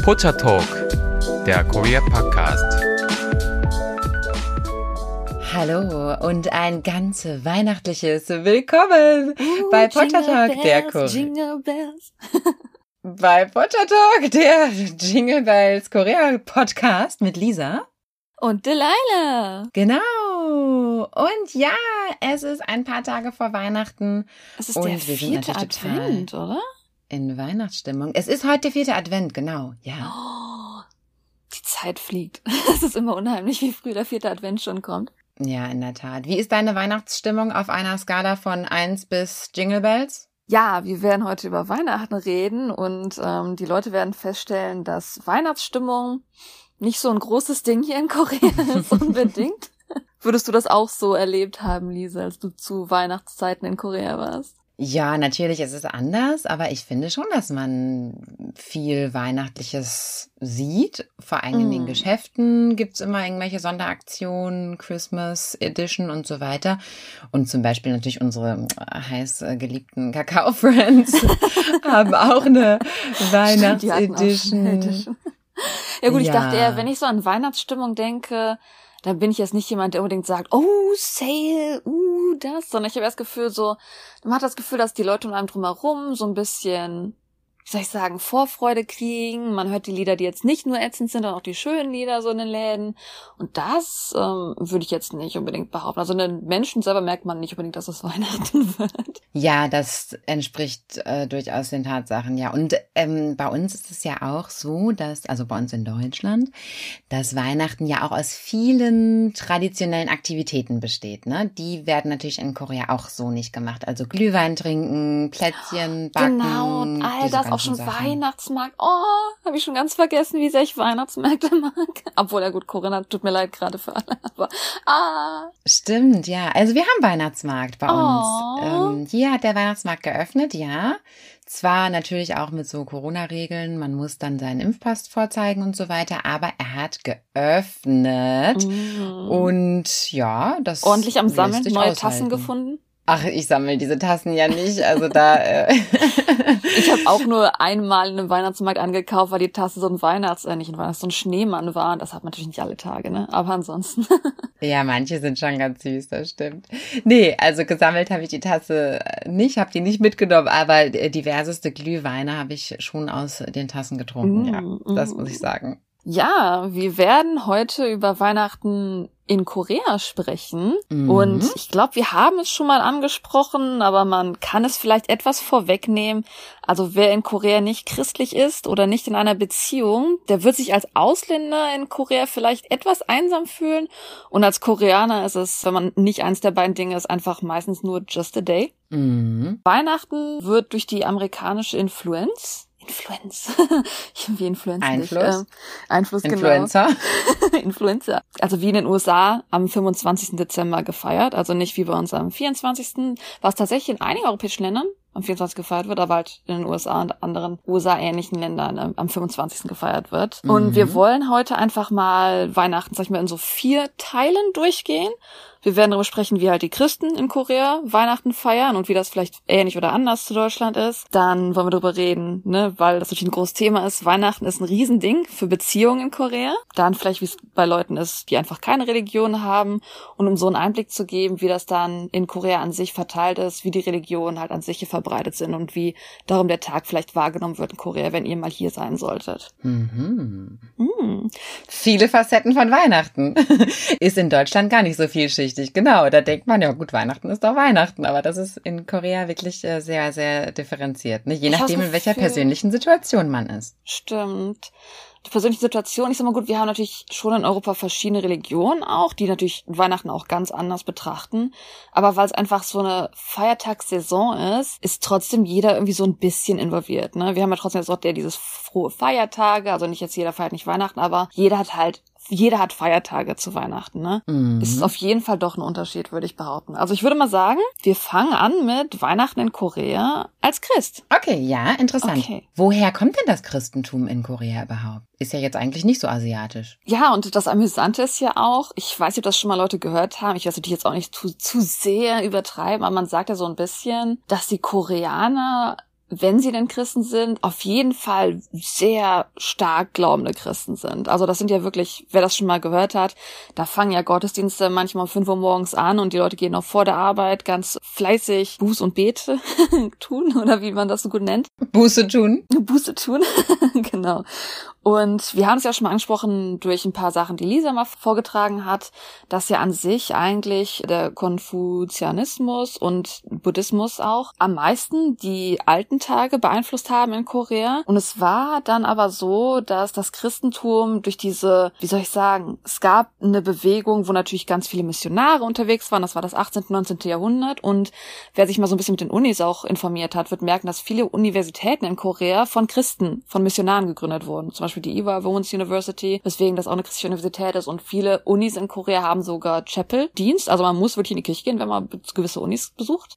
Pocha Talk, der Korea Podcast. Hallo und ein ganz weihnachtliches Willkommen bei Pocha Talk, der Jingle Bells. Bei Pocha Talk, der Jingle Bells Korea Podcast mit Lisa. Und Delilah. Genau. Und ja, es ist ein paar Tage vor Weihnachten. Es ist und der wir sind 4. natürlich Advent, oder? In Weihnachtsstimmung. Es ist heute der 4. Advent, genau, ja. Oh, die Zeit fliegt. Es ist immer unheimlich, wie früh der 4. Advent schon kommt. Ja, in der Tat. Wie ist deine Weihnachtsstimmung auf einer Skala von 1 bis Jingle Bells? Ja, wir werden heute über Weihnachten reden und die Leute werden feststellen, dass Weihnachtsstimmung nicht so ein großes Ding hier in Korea ist unbedingt. Würdest du das auch so erlebt haben, Lisa, als du zu Weihnachtszeiten in Korea warst? Ja, natürlich ist es anders, aber ich finde schon, dass man viel Weihnachtliches sieht. Vor allem in den Geschäften gibt's immer irgendwelche Sonderaktionen, Christmas Edition und so weiter. Und zum Beispiel natürlich unsere heiß geliebten Kakao-Friends haben auch eine Weihnachtsedition. Ja gut, ich Ja. dachte eher, wenn ich so an Weihnachtsstimmung denke, dann bin ich jetzt nicht jemand, der unbedingt sagt, oh, Sale, das, sondern ich habe das Gefühl so, man hat das Gefühl, dass die Leute um einen drumherum so ein bisschen, wie soll ich sagen, Vorfreude kriegen. Man hört die Lieder, die jetzt nicht nur ätzend sind, sondern auch die schönen Lieder so in den Läden. Und das würde ich jetzt nicht unbedingt behaupten. Also in den Menschen selber merkt man nicht unbedingt, dass es Weihnachten wird. Ja, das entspricht durchaus den Tatsachen, ja. Und bei uns ist es ja auch so, dass, also bei uns in Deutschland, dass Weihnachten ja auch aus vielen traditionellen Aktivitäten besteht, ne? Die werden natürlich in Korea auch so nicht gemacht. Also Glühwein trinken, Plätzchen backen. Genau, und all diese das, auch ganzen schon Sachen. Weihnachtsmarkt. Oh, habe ich schon ganz vergessen, wie sehr ich Weihnachtsmärkte mag. Obwohl, ja gut, Corinna, tut mir leid gerade für alle, aber Stimmt, ja. Also wir haben Weihnachtsmarkt bei Oh. uns. Hier hat der Weihnachtsmarkt geöffnet, ja. Zwar natürlich auch mit so Corona-Regeln, man muss dann seinen Impfpass vorzeigen und so weiter, aber er hat geöffnet. Und ja, das ordentlich am lässt Sammeln, sich neue aushalten. Tassen gefunden. Ach, ich sammle diese Tassen ja nicht, also da... Ich habe auch nur einmal in einem Weihnachtsmarkt angekauft, weil die Tasse so ein so ein Schneemann war. Das hat man natürlich nicht alle Tage, ne? Aber ansonsten. Ja, manche sind schon ganz süß, das stimmt. Nee, also gesammelt habe ich die Tasse nicht, habe die nicht mitgenommen, aber diverseste Glühweine habe ich schon aus den Tassen getrunken, ja, das muss ich sagen. Ja, wir werden heute über Weihnachten in Korea sprechen. Und ich glaube, wir haben es schon mal angesprochen, aber man kann es vielleicht etwas vorwegnehmen. Also wer in Korea nicht christlich ist oder nicht in einer Beziehung, der wird sich als Ausländer in Korea vielleicht etwas einsam fühlen. Und als Koreaner ist es, wenn man nicht eins der beiden Dinge ist, einfach meistens nur just a day. Weihnachten wird durch die amerikanische Influenz, wie Influenz Einfluss? Einfluss, Influencer? genau. Influencer. Also wie in den USA am 25. Dezember gefeiert. Also nicht wie bei uns am 24. Was tatsächlich in einigen europäischen Ländern am 24. gefeiert wird, aber halt in den USA und anderen USA-ähnlichen Ländern am 25. gefeiert wird. Und wir wollen heute einfach mal Weihnachten, sag ich mal, in so 4 Teilen durchgehen. Wir werden darüber sprechen, wie halt die Christen in Korea Weihnachten feiern und wie das vielleicht ähnlich oder anders zu Deutschland ist. Dann wollen wir darüber reden, ne, weil das natürlich ein großes Thema ist. Weihnachten ist ein Riesending für Beziehungen in Korea. Dann vielleicht, wie es bei Leuten ist, die einfach keine Religion haben. Und um so einen Einblick zu geben, wie das dann in Korea an sich verteilt ist, wie die Religionen halt an sich hier verbreitet sind und wie darum der Tag vielleicht wahrgenommen wird in Korea, wenn ihr mal hier sein solltet. Viele Facetten von Weihnachten. Ist in Deutschland gar nicht so vielschichtig. Genau, da denkt man, ja gut, Weihnachten ist doch Weihnachten, aber das ist in Korea wirklich sehr, sehr differenziert, ne? Je Ich hab nachdem, das in welcher Gefühl- persönlichen Situation man ist. Stimmt. Die persönliche Situation, ich sag mal gut, wir haben natürlich schon in Europa verschiedene Religionen auch, die natürlich Weihnachten auch ganz anders betrachten. Aber weil es einfach so eine Feiertagssaison ist trotzdem jeder irgendwie so ein bisschen involviert, ne? Wir haben ja trotzdem jetzt auch dieses frohe Feiertage, also nicht jetzt jeder feiert nicht Weihnachten, aber jeder hat Feiertage zu Weihnachten, ne? Ist auf jeden Fall doch ein Unterschied, würde ich behaupten. Also ich würde mal sagen, wir fangen an mit Weihnachten in Korea als Christ. Okay, ja, interessant. Okay. Woher kommt denn das Christentum in Korea überhaupt? Ist ja jetzt eigentlich nicht so asiatisch. Ja, und das Amüsante ist ja auch, ich weiß nicht, ob das schon mal Leute gehört haben, ich weiß natürlich jetzt auch nicht zu sehr übertreiben, aber man sagt ja so ein bisschen, dass die Koreaner wenn sie denn Christen sind, auf jeden Fall sehr stark glaubende Christen sind. Also das sind ja wirklich, wer das schon mal gehört hat, da fangen ja Gottesdienste manchmal um 5 Uhr morgens an und die Leute gehen auch vor der Arbeit ganz fleißig Buß und Bete tun, oder wie man das so gut nennt. Buße tun. Buße tun, genau. Und wir haben es ja schon mal angesprochen durch ein paar Sachen, die Lisa mal vorgetragen hat, dass ja an sich eigentlich der Konfuzianismus und Buddhismus auch am meisten die alten Tage beeinflusst haben in Korea. Und es war dann aber so, dass das Christentum durch diese, wie soll ich sagen, es gab eine Bewegung, wo natürlich ganz viele Missionare unterwegs waren. Das war das 18. und 19. Jahrhundert. Und wer sich mal so ein bisschen mit den Unis auch informiert hat, wird merken, dass viele Universitäten in Korea von Christen, von Missionaren gegründet wurden. Zum Beispiel die Ewha Wons University, weswegen das auch eine christliche Universität ist. Und viele Unis in Korea haben sogar Chapel-Dienst. Also man muss wirklich in die Kirche gehen, wenn man gewisse Unis besucht.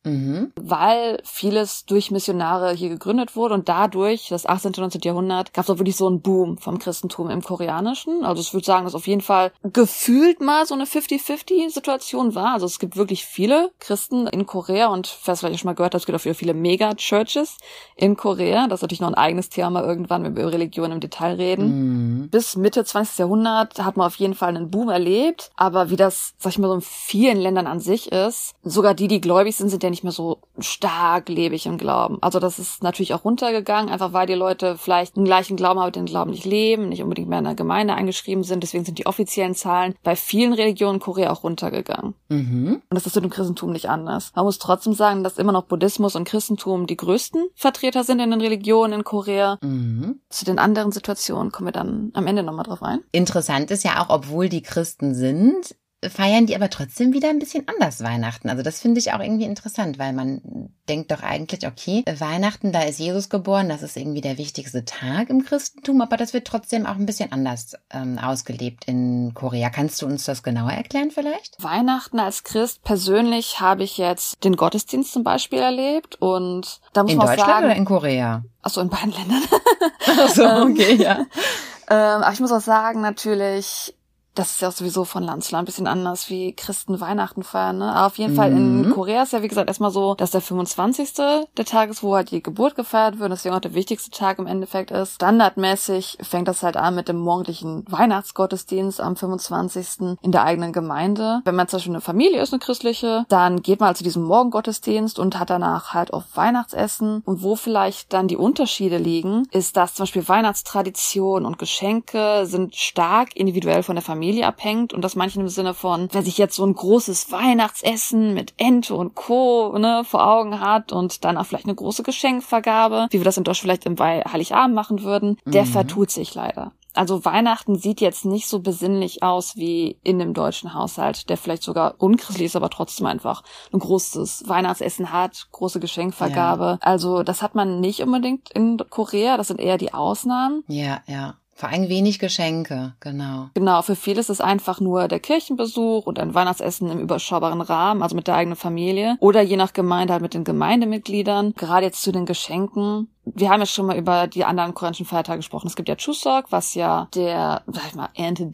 Weil vieles durch Missionare hier gegründet wurde. Und dadurch, das 18. und 19. Jahrhundert, gab es auch wirklich so einen Boom vom Christentum im Koreanischen. Also ich würde sagen, dass auf jeden Fall gefühlt mal so eine 50-50-Situation war. Also es gibt wirklich viele Christen in Korea. Und wer es vielleicht schon mal gehört hat, es gibt auch viele Mega-Churches in Korea. Das ist natürlich noch ein eigenes Thema irgendwann, wenn wir über Religion im Detail reden. Bis Mitte 20. Jahrhundert hat man auf jeden Fall einen Boom erlebt. Aber wie das, sag ich mal, so in vielen Ländern an sich ist, sogar die gläubig sind, sind ja nicht mehr so stark lebig im Glauben. Also das ist natürlich auch runtergegangen, einfach weil die Leute vielleicht den gleichen Glauben haben, den Glauben nicht leben, nicht unbedingt mehr in der Gemeinde eingeschrieben sind. Deswegen sind die offiziellen Zahlen bei vielen Religionen in Korea auch runtergegangen. Und das ist mit dem Christentum nicht anders. Man muss trotzdem sagen, dass immer noch Buddhismus und Christentum die größten Vertreter sind in den Religionen in Korea. Zu den anderen Situationen kommen wir dann am Ende nochmal drauf ein. Interessant ist ja auch, obwohl die Christen sind, feiern die aber trotzdem wieder ein bisschen anders Weihnachten. Also das finde ich auch irgendwie interessant, weil man denkt doch eigentlich, okay, Weihnachten, da ist Jesus geboren, das ist irgendwie der wichtigste Tag im Christentum, aber das wird trotzdem auch ein bisschen anders ausgelebt in Korea. Kannst du uns das genauer erklären vielleicht? Weihnachten als Christ persönlich habe ich jetzt den Gottesdienst zum Beispiel erlebt und da muss man sagen... In Deutschland oder in Korea? Achso, in beiden Ländern. Achso, okay, ja. Aber ich muss auch sagen, natürlich... Das ist ja auch sowieso von Land zu Land ein bisschen anders, wie Christen Weihnachten feiern, ne? Aber auf jeden Fall in Korea ist ja, wie gesagt, erstmal so, dass der 25. der Tag ist, wo halt die Geburt gefeiert wird, deswegen auch der wichtigste Tag im Endeffekt ist. Standardmäßig fängt das halt an mit dem morgendlichen Weihnachtsgottesdienst am 25. in der eigenen Gemeinde. Wenn man zum Beispiel eine Familie ist, eine christliche, dann geht man halt zu diesem Morgengottesdienst und hat danach halt auch Weihnachtsessen. Und wo vielleicht dann die Unterschiede liegen, ist, dass zum Beispiel Weihnachtstradition und Geschenke sind stark individuell von der Familie abhängt und das manchen im Sinne von, wer sich jetzt so ein großes Weihnachtsessen mit Ente und Co. Vor Augen hat und dann auch vielleicht eine große Geschenkvergabe, wie wir das in Deutschland vielleicht im Heiligabend machen würden, der vertut sich leider. Also Weihnachten sieht jetzt nicht so besinnlich aus wie in dem deutschen Haushalt, der vielleicht sogar unchristlich ist, aber trotzdem einfach ein großes Weihnachtsessen hat, große Geschenkvergabe. Ja. Also das hat man nicht unbedingt in Korea, das sind eher die Ausnahmen. Ja, ja. Vor allem wenig Geschenke, genau. Genau, für viele ist es einfach nur der Kirchenbesuch und ein Weihnachtsessen im überschaubaren Rahmen, also mit der eigenen Familie. Oder je nach Gemeinde halt mit den Gemeindemitgliedern. Gerade jetzt zu den Geschenken. Wir haben ja schon mal über die anderen koreanischen Feiertage gesprochen. Es gibt ja Chuseok, was ja der, sag ich mal,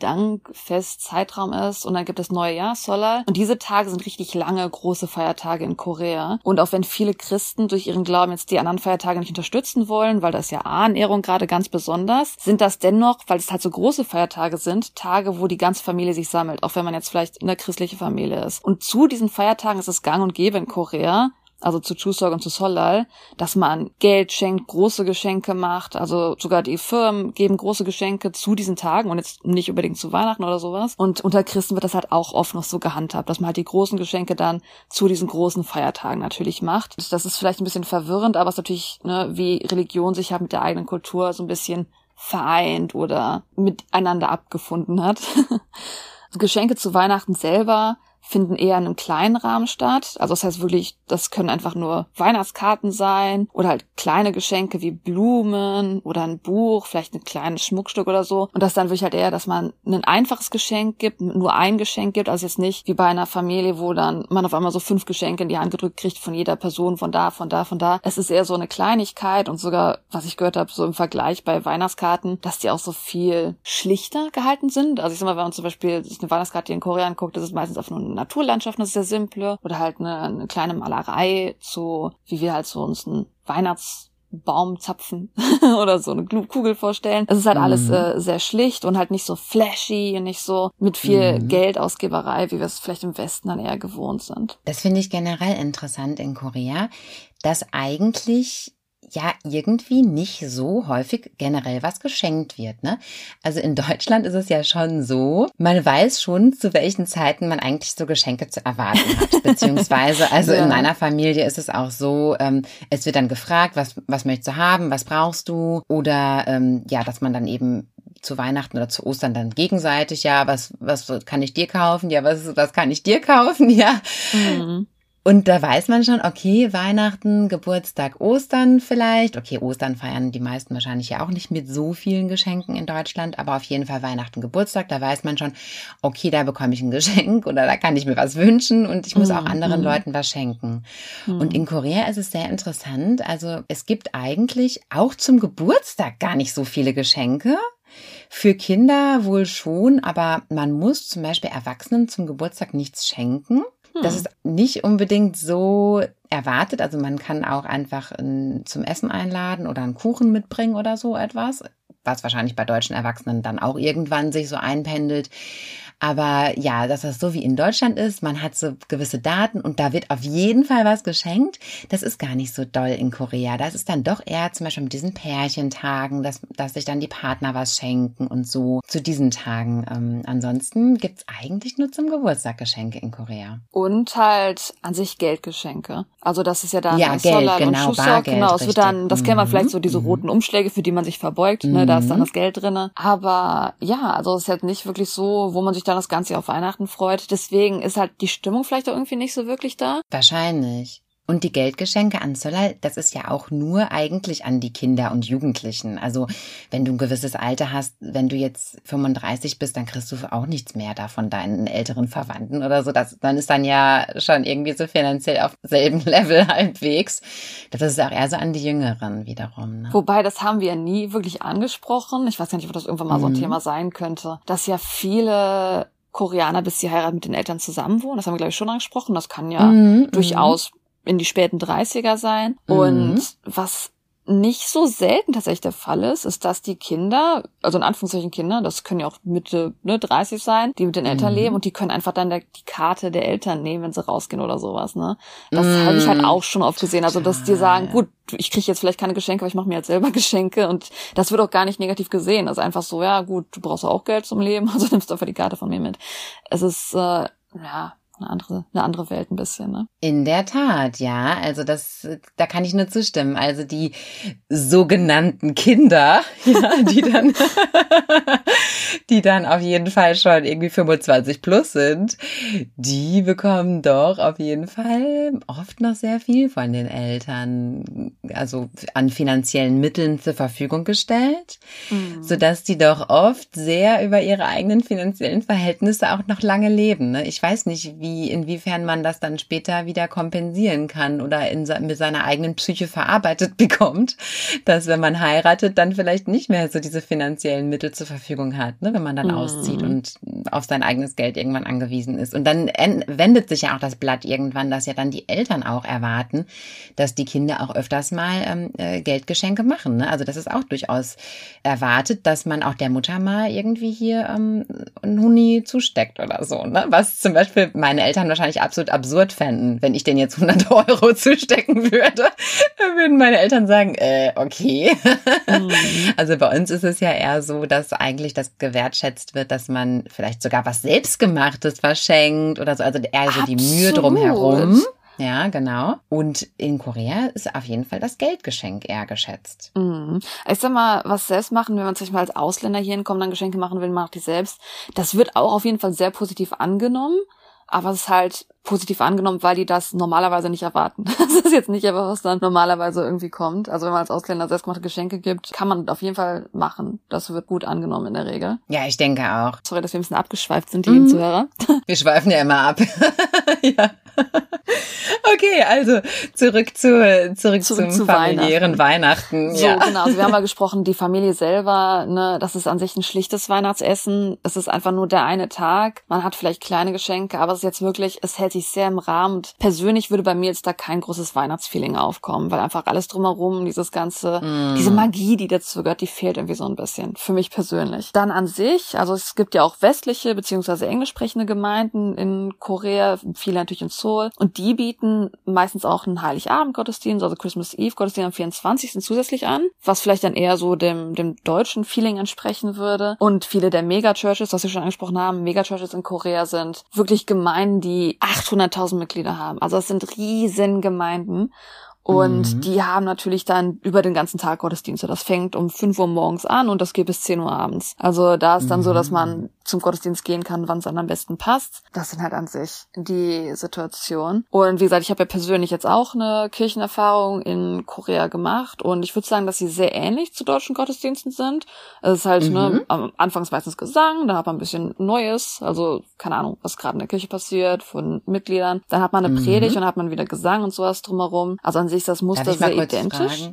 Erntedankfest-Zeitraum ist. Und dann gibt es neue Jahr, Seollal. Und diese Tage sind richtig lange, große Feiertage in Korea. Und auch wenn viele Christen durch ihren Glauben jetzt die anderen Feiertage nicht unterstützen wollen, weil das ja Ahnenehrung gerade ganz besonders, sind das dennoch, weil es halt so große Feiertage sind, Tage, wo die ganze Familie sich sammelt. Auch wenn man jetzt vielleicht eine christliche Familie ist. Und zu diesen Feiertagen ist es gang und gäbe in Korea, also zu Chuseok und zu Seollal, dass man Geld schenkt, große Geschenke macht, also sogar die Firmen geben große Geschenke zu diesen Tagen und jetzt nicht unbedingt zu Weihnachten oder sowas. Und unter Christen wird das halt auch oft noch so gehandhabt, dass man halt die großen Geschenke dann zu diesen großen Feiertagen natürlich macht. Das ist vielleicht ein bisschen verwirrend, aber es ist natürlich, wie Religion sich halt mit der eigenen Kultur so ein bisschen vereint oder miteinander abgefunden hat. Geschenke zu Weihnachten selber finden eher in einem kleinen Rahmen statt. Also das heißt wirklich, das können einfach nur Weihnachtskarten sein oder halt kleine Geschenke wie Blumen oder ein Buch, vielleicht ein kleines Schmuckstück oder so. Und das dann wirklich halt eher, dass man ein einfaches Geschenk gibt, nur ein Geschenk gibt, also jetzt nicht wie bei einer Familie, wo dann man auf einmal so 5 Geschenke in die Hand gedrückt kriegt von jeder Person, von da, von da, von da. Es ist eher so eine Kleinigkeit und sogar, was ich gehört habe, so im Vergleich bei Weihnachtskarten, dass die auch so viel schlichter gehalten sind. Also ich sag mal, wenn man zum Beispiel sich eine Weihnachtskarte in Korea anguckt, das ist meistens auf eine Naturlandschaft, das ist sehr simple, oder halt eine kleine Malerei, so wie wir halt so uns ein Baumzapfen oder so eine Kugel vorstellen. Es ist halt alles sehr schlicht und halt nicht so flashy und nicht so mit viel Geldausgeberei, wie wir es vielleicht im Westen dann eher gewohnt sind. Das finde ich generell interessant in Korea, dass eigentlich ja irgendwie nicht so häufig generell was geschenkt wird, ne? Also in Deutschland ist es ja schon so, man weiß schon, zu welchen Zeiten man eigentlich so Geschenke zu erwarten hat, beziehungsweise, also in meiner Familie ist es auch so, es wird dann gefragt, was möchtest du haben, was brauchst du, oder ja, dass man dann eben zu Weihnachten oder zu Ostern dann gegenseitig, ja, was kann ich dir kaufen, ja, was kann ich dir kaufen, ja. Und da weiß man schon, okay, Weihnachten, Geburtstag, Ostern vielleicht. Okay, Ostern feiern die meisten wahrscheinlich ja auch nicht mit so vielen Geschenken in Deutschland, aber auf jeden Fall Weihnachten, Geburtstag, da weiß man schon, okay, da bekomme ich ein Geschenk oder da kann ich mir was wünschen und ich muss auch anderen Leuten was schenken. Und in Korea ist es sehr interessant, also es gibt eigentlich auch zum Geburtstag gar nicht so viele Geschenke. Für Kinder wohl schon, aber man muss zum Beispiel Erwachsenen zum Geburtstag nichts schenken. Das ist nicht unbedingt so erwartet. Also man kann auch einfach zum Essen einladen oder einen Kuchen mitbringen oder so etwas, was wahrscheinlich bei deutschen Erwachsenen dann auch irgendwann sich so einpendelt. Aber ja, dass das so wie in Deutschland ist, man hat so gewisse Daten und da wird auf jeden Fall was geschenkt. Das ist gar nicht so doll in Korea. Das ist dann doch eher zum Beispiel mit diesen Pärchentagen, dass sich dann die Partner was schenken und so zu diesen Tagen. Ansonsten gibt's eigentlich nur zum Geburtstag Geschenke in Korea. Und halt an sich Geldgeschenke. Also das ist ja dann Geld, Solal und genau, Chuseok, Bargeld, genau, es wird dann, das kennt man vielleicht so, diese Mhm. roten Umschläge, für die man sich verbeugt, ne, da ist dann das Geld drinne. Aber ja, also es ist halt nicht wirklich so, wo man sich dann das ganze Jahr auf Weihnachten freut. Deswegen ist halt die Stimmung vielleicht auch irgendwie nicht so wirklich da. Wahrscheinlich. Und die Geldgeschenke an Solal, das ist ja auch nur eigentlich an die Kinder und Jugendlichen. Also wenn du ein gewisses Alter hast, wenn du jetzt 35 bist, dann kriegst du auch nichts mehr da von deinen älteren Verwandten oder so. Dann ist dann ja schon irgendwie so finanziell auf selben Level halbwegs. Das ist auch eher so an die Jüngeren wiederum. Ne? Wobei, das haben wir ja nie wirklich angesprochen. Ich weiß gar nicht, ob das irgendwann mal so ein Thema sein könnte. Dass ja viele Koreaner, bis sie heiraten, mit den Eltern zusammenwohnen. Das haben wir, glaube ich, schon angesprochen. Das kann ja durchaus in die späten 30er sein. Und was nicht so selten tatsächlich der Fall ist, dass die Kinder, also in Anführungszeichen Kinder, das können ja auch Mitte 30 sein, die mit den Eltern leben und die können einfach dann die Karte der Eltern nehmen, wenn sie rausgehen oder sowas, ne? Das habe ich halt auch schon oft gesehen. Also, dass die sagen, gut, ich kriege jetzt vielleicht keine Geschenke, aber ich mache mir jetzt selber Geschenke und das wird auch gar nicht negativ gesehen. Also einfach so, ja gut, du brauchst auch Geld zum Leben, also nimmst du einfach die Karte von mir mit. Es ist, eine andere Welt ein bisschen, ne? In der Tat, ja. Also da kann ich nur zustimmen. Also die sogenannten Kinder, ja, die dann auf jeden Fall schon irgendwie 25 plus sind, die bekommen doch auf jeden Fall oft noch sehr viel von den Eltern, also an finanziellen Mitteln zur Verfügung gestellt, sodass die doch oft sehr über ihre eigenen finanziellen Verhältnisse auch noch lange leben, ne? Ich weiß nicht, inwiefern man das dann später wieder kompensieren kann oder mit seiner eigenen Psyche verarbeitet bekommt, dass wenn man heiratet, dann vielleicht nicht mehr so diese finanziellen Mittel zur Verfügung hat, ne, wenn man dann auszieht und auf sein eigenes Geld irgendwann angewiesen ist. Und dann wendet sich ja auch das Blatt irgendwann, dass ja dann die Eltern auch erwarten, dass die Kinder auch öfters mal Geldgeschenke machen, ne? Also das ist auch durchaus erwartet, dass man auch der Mutter mal irgendwie hier einen Huni zusteckt oder so, ne? Was zum Beispiel meine Eltern wahrscheinlich absolut absurd fänden, wenn ich denen jetzt 100 Euro zustecken würde. Dann würden meine Eltern sagen, okay. Also bei uns ist es ja eher so, dass eigentlich das gewertschätzt wird, dass man vielleicht sogar was Selbstgemachtes verschenkt oder so. Also eher so die Mühe drumherum. Ja, genau. Und in Korea ist auf jeden Fall das Geldgeschenk eher geschätzt. Ich sag mal, was selbst machen, wenn man sich mal als Ausländer hier hinkommt, dann Geschenke machen will, macht die selbst. Das wird auch auf jeden Fall sehr positiv angenommen. Aber es ist halt positiv angenommen, weil die das normalerweise nicht erwarten. Das ist jetzt nicht einfach, was dann normalerweise irgendwie kommt. Also wenn man als Ausländer selbstgemachte Geschenke gibt, kann man auf jeden Fall machen. Das wird gut angenommen in der Regel. Ja, ich denke auch. Sorry, dass wir ein bisschen abgeschweift sind, die lieben Zuhörer. Wir schweifen ja immer ab. Ja. Okay, also zurück zum familiären Weihnachten. So, ja. genau. Also wir haben mal gesprochen, die Familie selber, ne, das ist an sich ein schlichtes Weihnachtsessen. Es ist einfach nur der eine Tag. Man hat vielleicht kleine Geschenke, aber es ist jetzt wirklich, es hält hält sich sehr im Rahmen. Und persönlich würde bei mir jetzt da kein großes Weihnachtsfeeling aufkommen, weil einfach alles drumherum, dieses ganze, diese Magie, die dazu gehört, die fehlt irgendwie so ein bisschen. Für mich persönlich. Dann an sich, also es gibt ja auch westliche bzw. englisch sprechende Gemeinden in Korea, viele natürlich in Seoul. Und die bieten meistens auch einen Heiligabend-Gottesdienst, also Christmas Eve-Gottesdienst am 24. zusätzlich an, was vielleicht dann eher so dem deutschen Feeling entsprechen würde. Und viele der Megachurches, was wir schon angesprochen haben, Megachurches in Korea sind wirklich Gemeinden, die 800.000 Mitglieder haben. Also es sind riesen Gemeinden. Und die haben natürlich dann über den ganzen Tag Gottesdienste. Das fängt um 5 Uhr morgens an und das geht bis 10 Uhr abends. Also da ist dann so, dass man zum Gottesdienst gehen kann, wann es dann am besten passt. Das sind halt an sich die Situation. Und wie gesagt, ich habe ja persönlich jetzt auch eine Kirchenerfahrung in Korea gemacht und ich würde sagen, dass sie sehr ähnlich zu deutschen Gottesdiensten sind. Es ist halt am Anfangs meistens Gesang, dann hat man ein bisschen Neues, also keine Ahnung, was gerade in der Kirche passiert von Mitgliedern. Dann hat man eine Predigt und dann hat man wieder Gesang und sowas drumherum. Also an sich ist das Muster sehr identisch.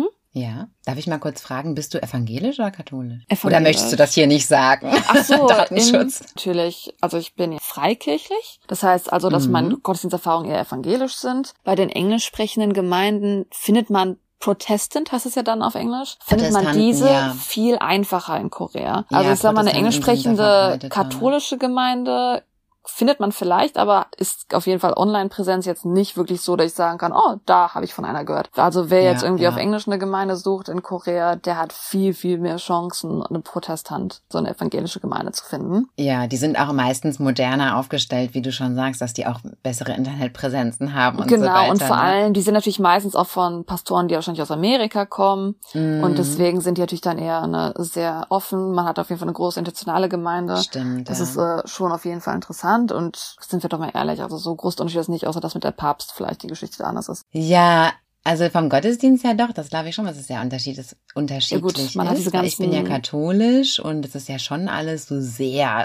Ja, darf ich mal kurz fragen, bist du evangelisch oder katholisch? Evangelisch. Oder möchtest du das hier nicht sagen? Ach so, Datenschutz. Natürlich, also ich bin ja freikirchlich. Das heißt also, dass meine Gottesdiensterfahrungen eher evangelisch sind. Bei den englisch sprechenden Gemeinden findet man Protestant, heißt es ja dann auf Englisch, findet man diese viel einfacher in Korea. Also ich sag mal, eine englisch sprechende katholische Gemeinde findet man vielleicht, aber ist auf jeden Fall Online-Präsenz jetzt nicht wirklich so, dass ich sagen kann, oh, da habe ich von einer gehört. Also wer jetzt irgendwie auf Englisch eine Gemeinde sucht in Korea, der hat viel, viel mehr Chancen, eine Protestant, so eine evangelische Gemeinde zu finden. Ja, die sind auch meistens moderner aufgestellt, wie du schon sagst, dass die auch bessere Internetpräsenzen haben und so weiter. Genau, und vor allem, die sind natürlich meistens auch von Pastoren, die wahrscheinlich aus Amerika kommen und deswegen sind die natürlich dann eher sehr offen. Man hat auf jeden Fall eine große internationale Gemeinde. Stimmt, das ist schon auf jeden Fall interessant. Und sind wir doch mal ehrlich, also so groß der Unterschied ist nicht, außer dass mit der Papst vielleicht die Geschichte da anders ist. Ja, also vom Gottesdienst her doch, das glaube ich schon, dass es sehr unterschiedlich ja gut, man hat diese ganzen, ich bin ja katholisch und es ist ja schon alles so sehr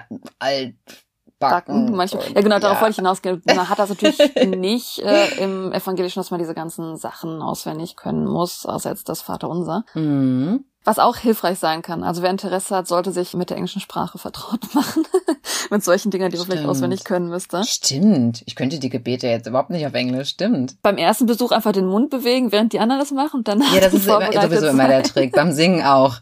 altbacken. Manchmal. Ja genau, darauf wollte ich hinausgehen. Man hat das natürlich nicht im Evangelischen, dass man diese ganzen Sachen auswendig können muss, außer jetzt das Vaterunser. Was auch hilfreich sein kann. Also wer Interesse hat, sollte sich mit der englischen Sprache vertraut machen. Mit solchen Dingen, die man vielleicht auswendig können müsste. Stimmt. Ich könnte die Gebete jetzt überhaupt nicht auf Englisch. Stimmt. Beim ersten Besuch einfach den Mund bewegen, während die anderen das machen. Und dann ja, das ist sowieso immer der Trick. Beim Singen auch.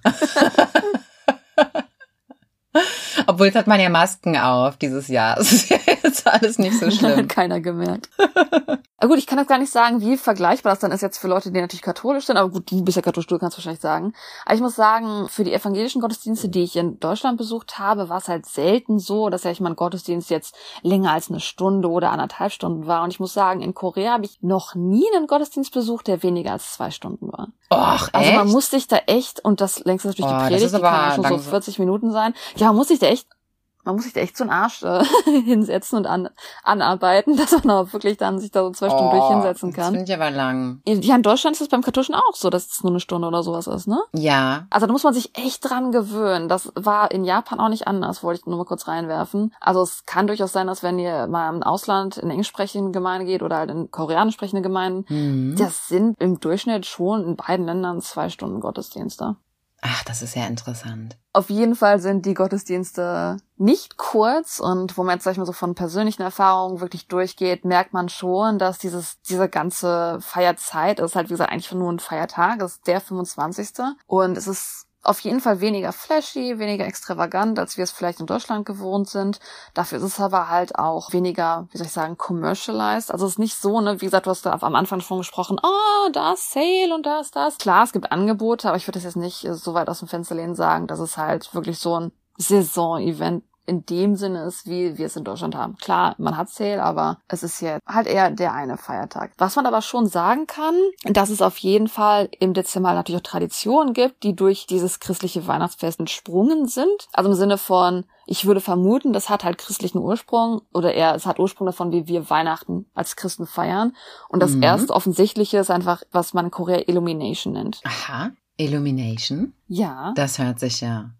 Obwohl, jetzt hat man ja Masken auf dieses Jahr. Das ist ja jetzt alles nicht so schlimm. Hat keiner gemerkt. Aber gut, ich kann das gar nicht sagen, wie vergleichbar das dann ist jetzt für Leute, die natürlich katholisch sind. Aber gut, du bist ja katholisch, du kannst wahrscheinlich sagen. Aber ich muss sagen, für die evangelischen Gottesdienste, die ich in Deutschland besucht habe, war es halt selten so, dass ja ich mein Gottesdienst jetzt länger als 1 Stunde oder 1,5 Stunden war. Und ich muss sagen, in Korea habe ich noch nie einen Gottesdienst besucht, der weniger als 2 Stunden war. Och, also echt? Man muss sich da echt, und das längst durch die Predigt, die kann ja schon so 40 Minuten sein. Ja, man muss sich da echt so einen Arsch hinsetzen und anarbeiten, dass man auch wirklich dann sich da so 2 Stunden durch hinsetzen kann. Das finde ich aber lang. Ja, in Deutschland ist es beim Katholischen auch so, dass es nur 1 Stunde oder sowas ist, ne? Ja. Also da muss man sich echt dran gewöhnen. Das war in Japan auch nicht anders, wollte ich nur mal kurz reinwerfen. Also es kann durchaus sein, dass wenn ihr mal im Ausland in englisch sprechende Gemeinde geht oder halt in koreanisch sprechende Gemeinden, das sind im Durchschnitt schon in beiden Ländern 2 Stunden Gottesdienste. Ach, das ist ja interessant. Auf jeden Fall sind die Gottesdienste nicht kurz und wo man jetzt, sag ich mal, so von persönlichen Erfahrungen wirklich durchgeht, merkt man schon, dass diese ganze Feierzeit, ist halt wie gesagt eigentlich nur ein Feiertag, ist der 25. Und es ist auf jeden Fall weniger flashy, weniger extravagant, als wir es vielleicht in Deutschland gewohnt sind. Dafür ist es aber halt auch weniger, wie soll ich sagen, commercialized. Also es ist nicht so, ne, wie gesagt, du hast da am Anfang schon gesprochen, da ist Sale und da ist das. Klar, es gibt Angebote, aber ich würde das jetzt nicht so weit aus dem Fenster lehnen sagen, dass es halt wirklich so ein Saison-Event in dem Sinne ist, wie wir es in Deutschland haben. Klar, man hat Sale, aber es ist ja halt eher der eine Feiertag. Was man aber schon sagen kann, dass es auf jeden Fall im Dezember natürlich auch Traditionen gibt, die durch dieses christliche Weihnachtsfest entsprungen sind. Also im Sinne von, ich würde vermuten, das hat halt christlichen Ursprung oder eher, es hat Ursprung davon, wie wir Weihnachten als Christen feiern. Und das erste Offensichtliche ist einfach, was man in Korea Illumination nennt. Aha, Illumination? Ja. Das hört sich ja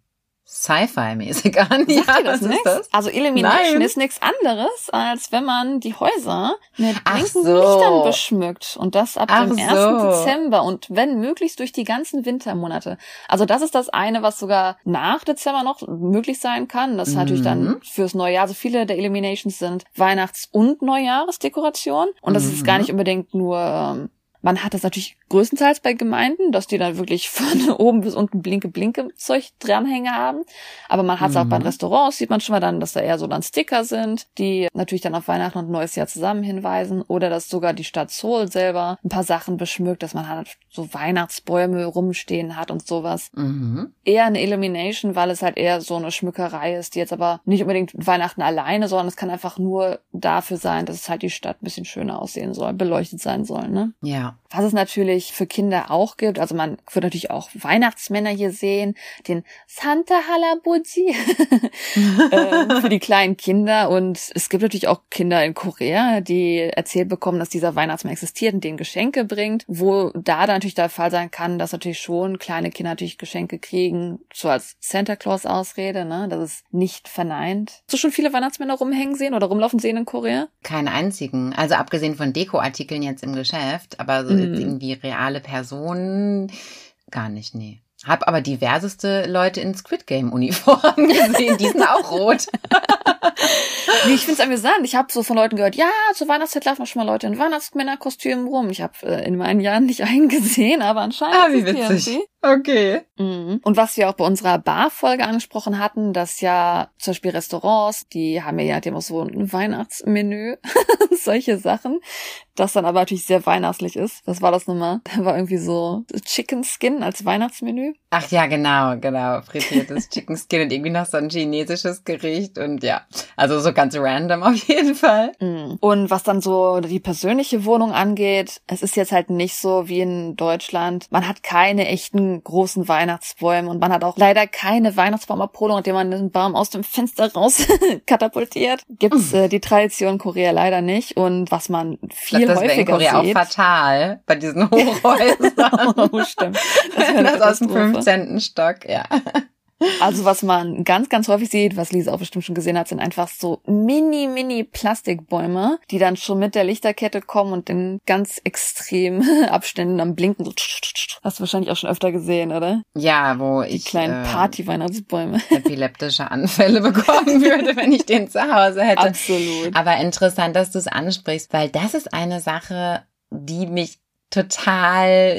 Sci-Fi-mäßig an. Sagt Ja, ihr das was nix? ist das? Also Illumination Nein. ist nichts anderes, als wenn man die Häuser mit Ach blinkenden so. Lichtern beschmückt. Und das ab Ach dem 1. so. Dezember und wenn möglichst durch die ganzen Wintermonate. Also das ist das eine, was sogar nach Dezember noch möglich sein kann. Das ist natürlich dann fürs neue Jahr. Also viele der Illuminations sind Weihnachts- und Neujahresdekoration. Und das ist gar nicht unbedingt nur... Man hat das natürlich größtenteils bei Gemeinden, dass die dann wirklich von oben bis unten Blinke-Zeug dranhängen haben. Aber man hat es auch bei den Restaurants, sieht man schon mal dann, dass da eher so dann Sticker sind, die natürlich dann auf Weihnachten und Neues Jahr zusammen hinweisen. Oder dass sogar die Stadt Seoul selber ein paar Sachen beschmückt, dass man halt so Weihnachtsbäume rumstehen hat und sowas. Eher eine Illumination, weil es halt eher so eine Schmückerei ist, die jetzt aber nicht unbedingt Weihnachten alleine, sondern es kann einfach nur dafür sein, dass es halt die Stadt ein bisschen schöner aussehen soll, beleuchtet sein soll, ne? Ja. Was es natürlich für Kinder auch gibt, also man wird natürlich auch Weihnachtsmänner hier sehen, den Santa Halabuji für die kleinen Kinder. Und es gibt natürlich auch Kinder in Korea, die erzählt bekommen, dass dieser Weihnachtsmann existiert und denen Geschenke bringt, wo da dann natürlich der Fall sein kann, dass natürlich schon kleine Kinder natürlich Geschenke kriegen, so als Santa Claus Ausrede, ne? Das ist nicht verneint. Hast du schon viele Weihnachtsmänner rumhängen sehen oder rumlaufen sehen in Korea? Keinen einzigen. Also abgesehen von Dekoartikeln jetzt im Geschäft, aber so jetzt irgendwie reale Personen gar nicht, nee. Hab aber diverseste Leute in Squid Game Uniformen gesehen, die sind auch rot. Nee, ich find's amüsant. Ich habe so von Leuten gehört, ja, zur Weihnachtszeit laufen schon mal Leute in Weihnachtsmännerkostümen rum. Ich habe in meinen Jahren nicht einen gesehen, aber anscheinend Wie existieren witzig. sie. Okay. Und was wir auch bei unserer Barfolge angesprochen hatten, dass ja zum Beispiel Restaurants, die haben ja auch so ein Weihnachtsmenü, solche Sachen, das dann aber natürlich sehr weihnachtlich ist. Was war das nochmal? Da war irgendwie so Chicken Skin als Weihnachtsmenü. Ach ja, genau. Frittiertes Chicken Skin und irgendwie noch so ein chinesisches Gericht und ja, also so ganz random auf jeden Fall. Und was dann so die persönliche Wohnung angeht, es ist jetzt halt nicht so wie in Deutschland. Man hat keine echten großen Weihnachtsbäume und man hat auch leider keine Weihnachtsbaumabholung, indem man den Baum aus dem Fenster raus katapultiert. Gibt's die Tradition in Korea leider nicht. Und was man viel das häufiger in Korea sieht. Auch fatal bei diesen Hochhäusern. Oh, stimmt. Das aus dem 15. Stock, ja. Also was man ganz, ganz häufig sieht, was Lisa auch bestimmt schon gesehen hat, sind einfach so Mini-Plastikbäume, die dann schon mit der Lichterkette kommen und in ganz extremen Abständen am Blinken. Hast du wahrscheinlich auch schon öfter gesehen, oder? Ja, wo Die ich kleinen Party-Weihnachtsbäume. epileptische Anfälle bekommen würde, wenn ich den zu Hause hätte. Absolut. Aber interessant, dass du es ansprichst, weil das ist eine Sache, die mich total,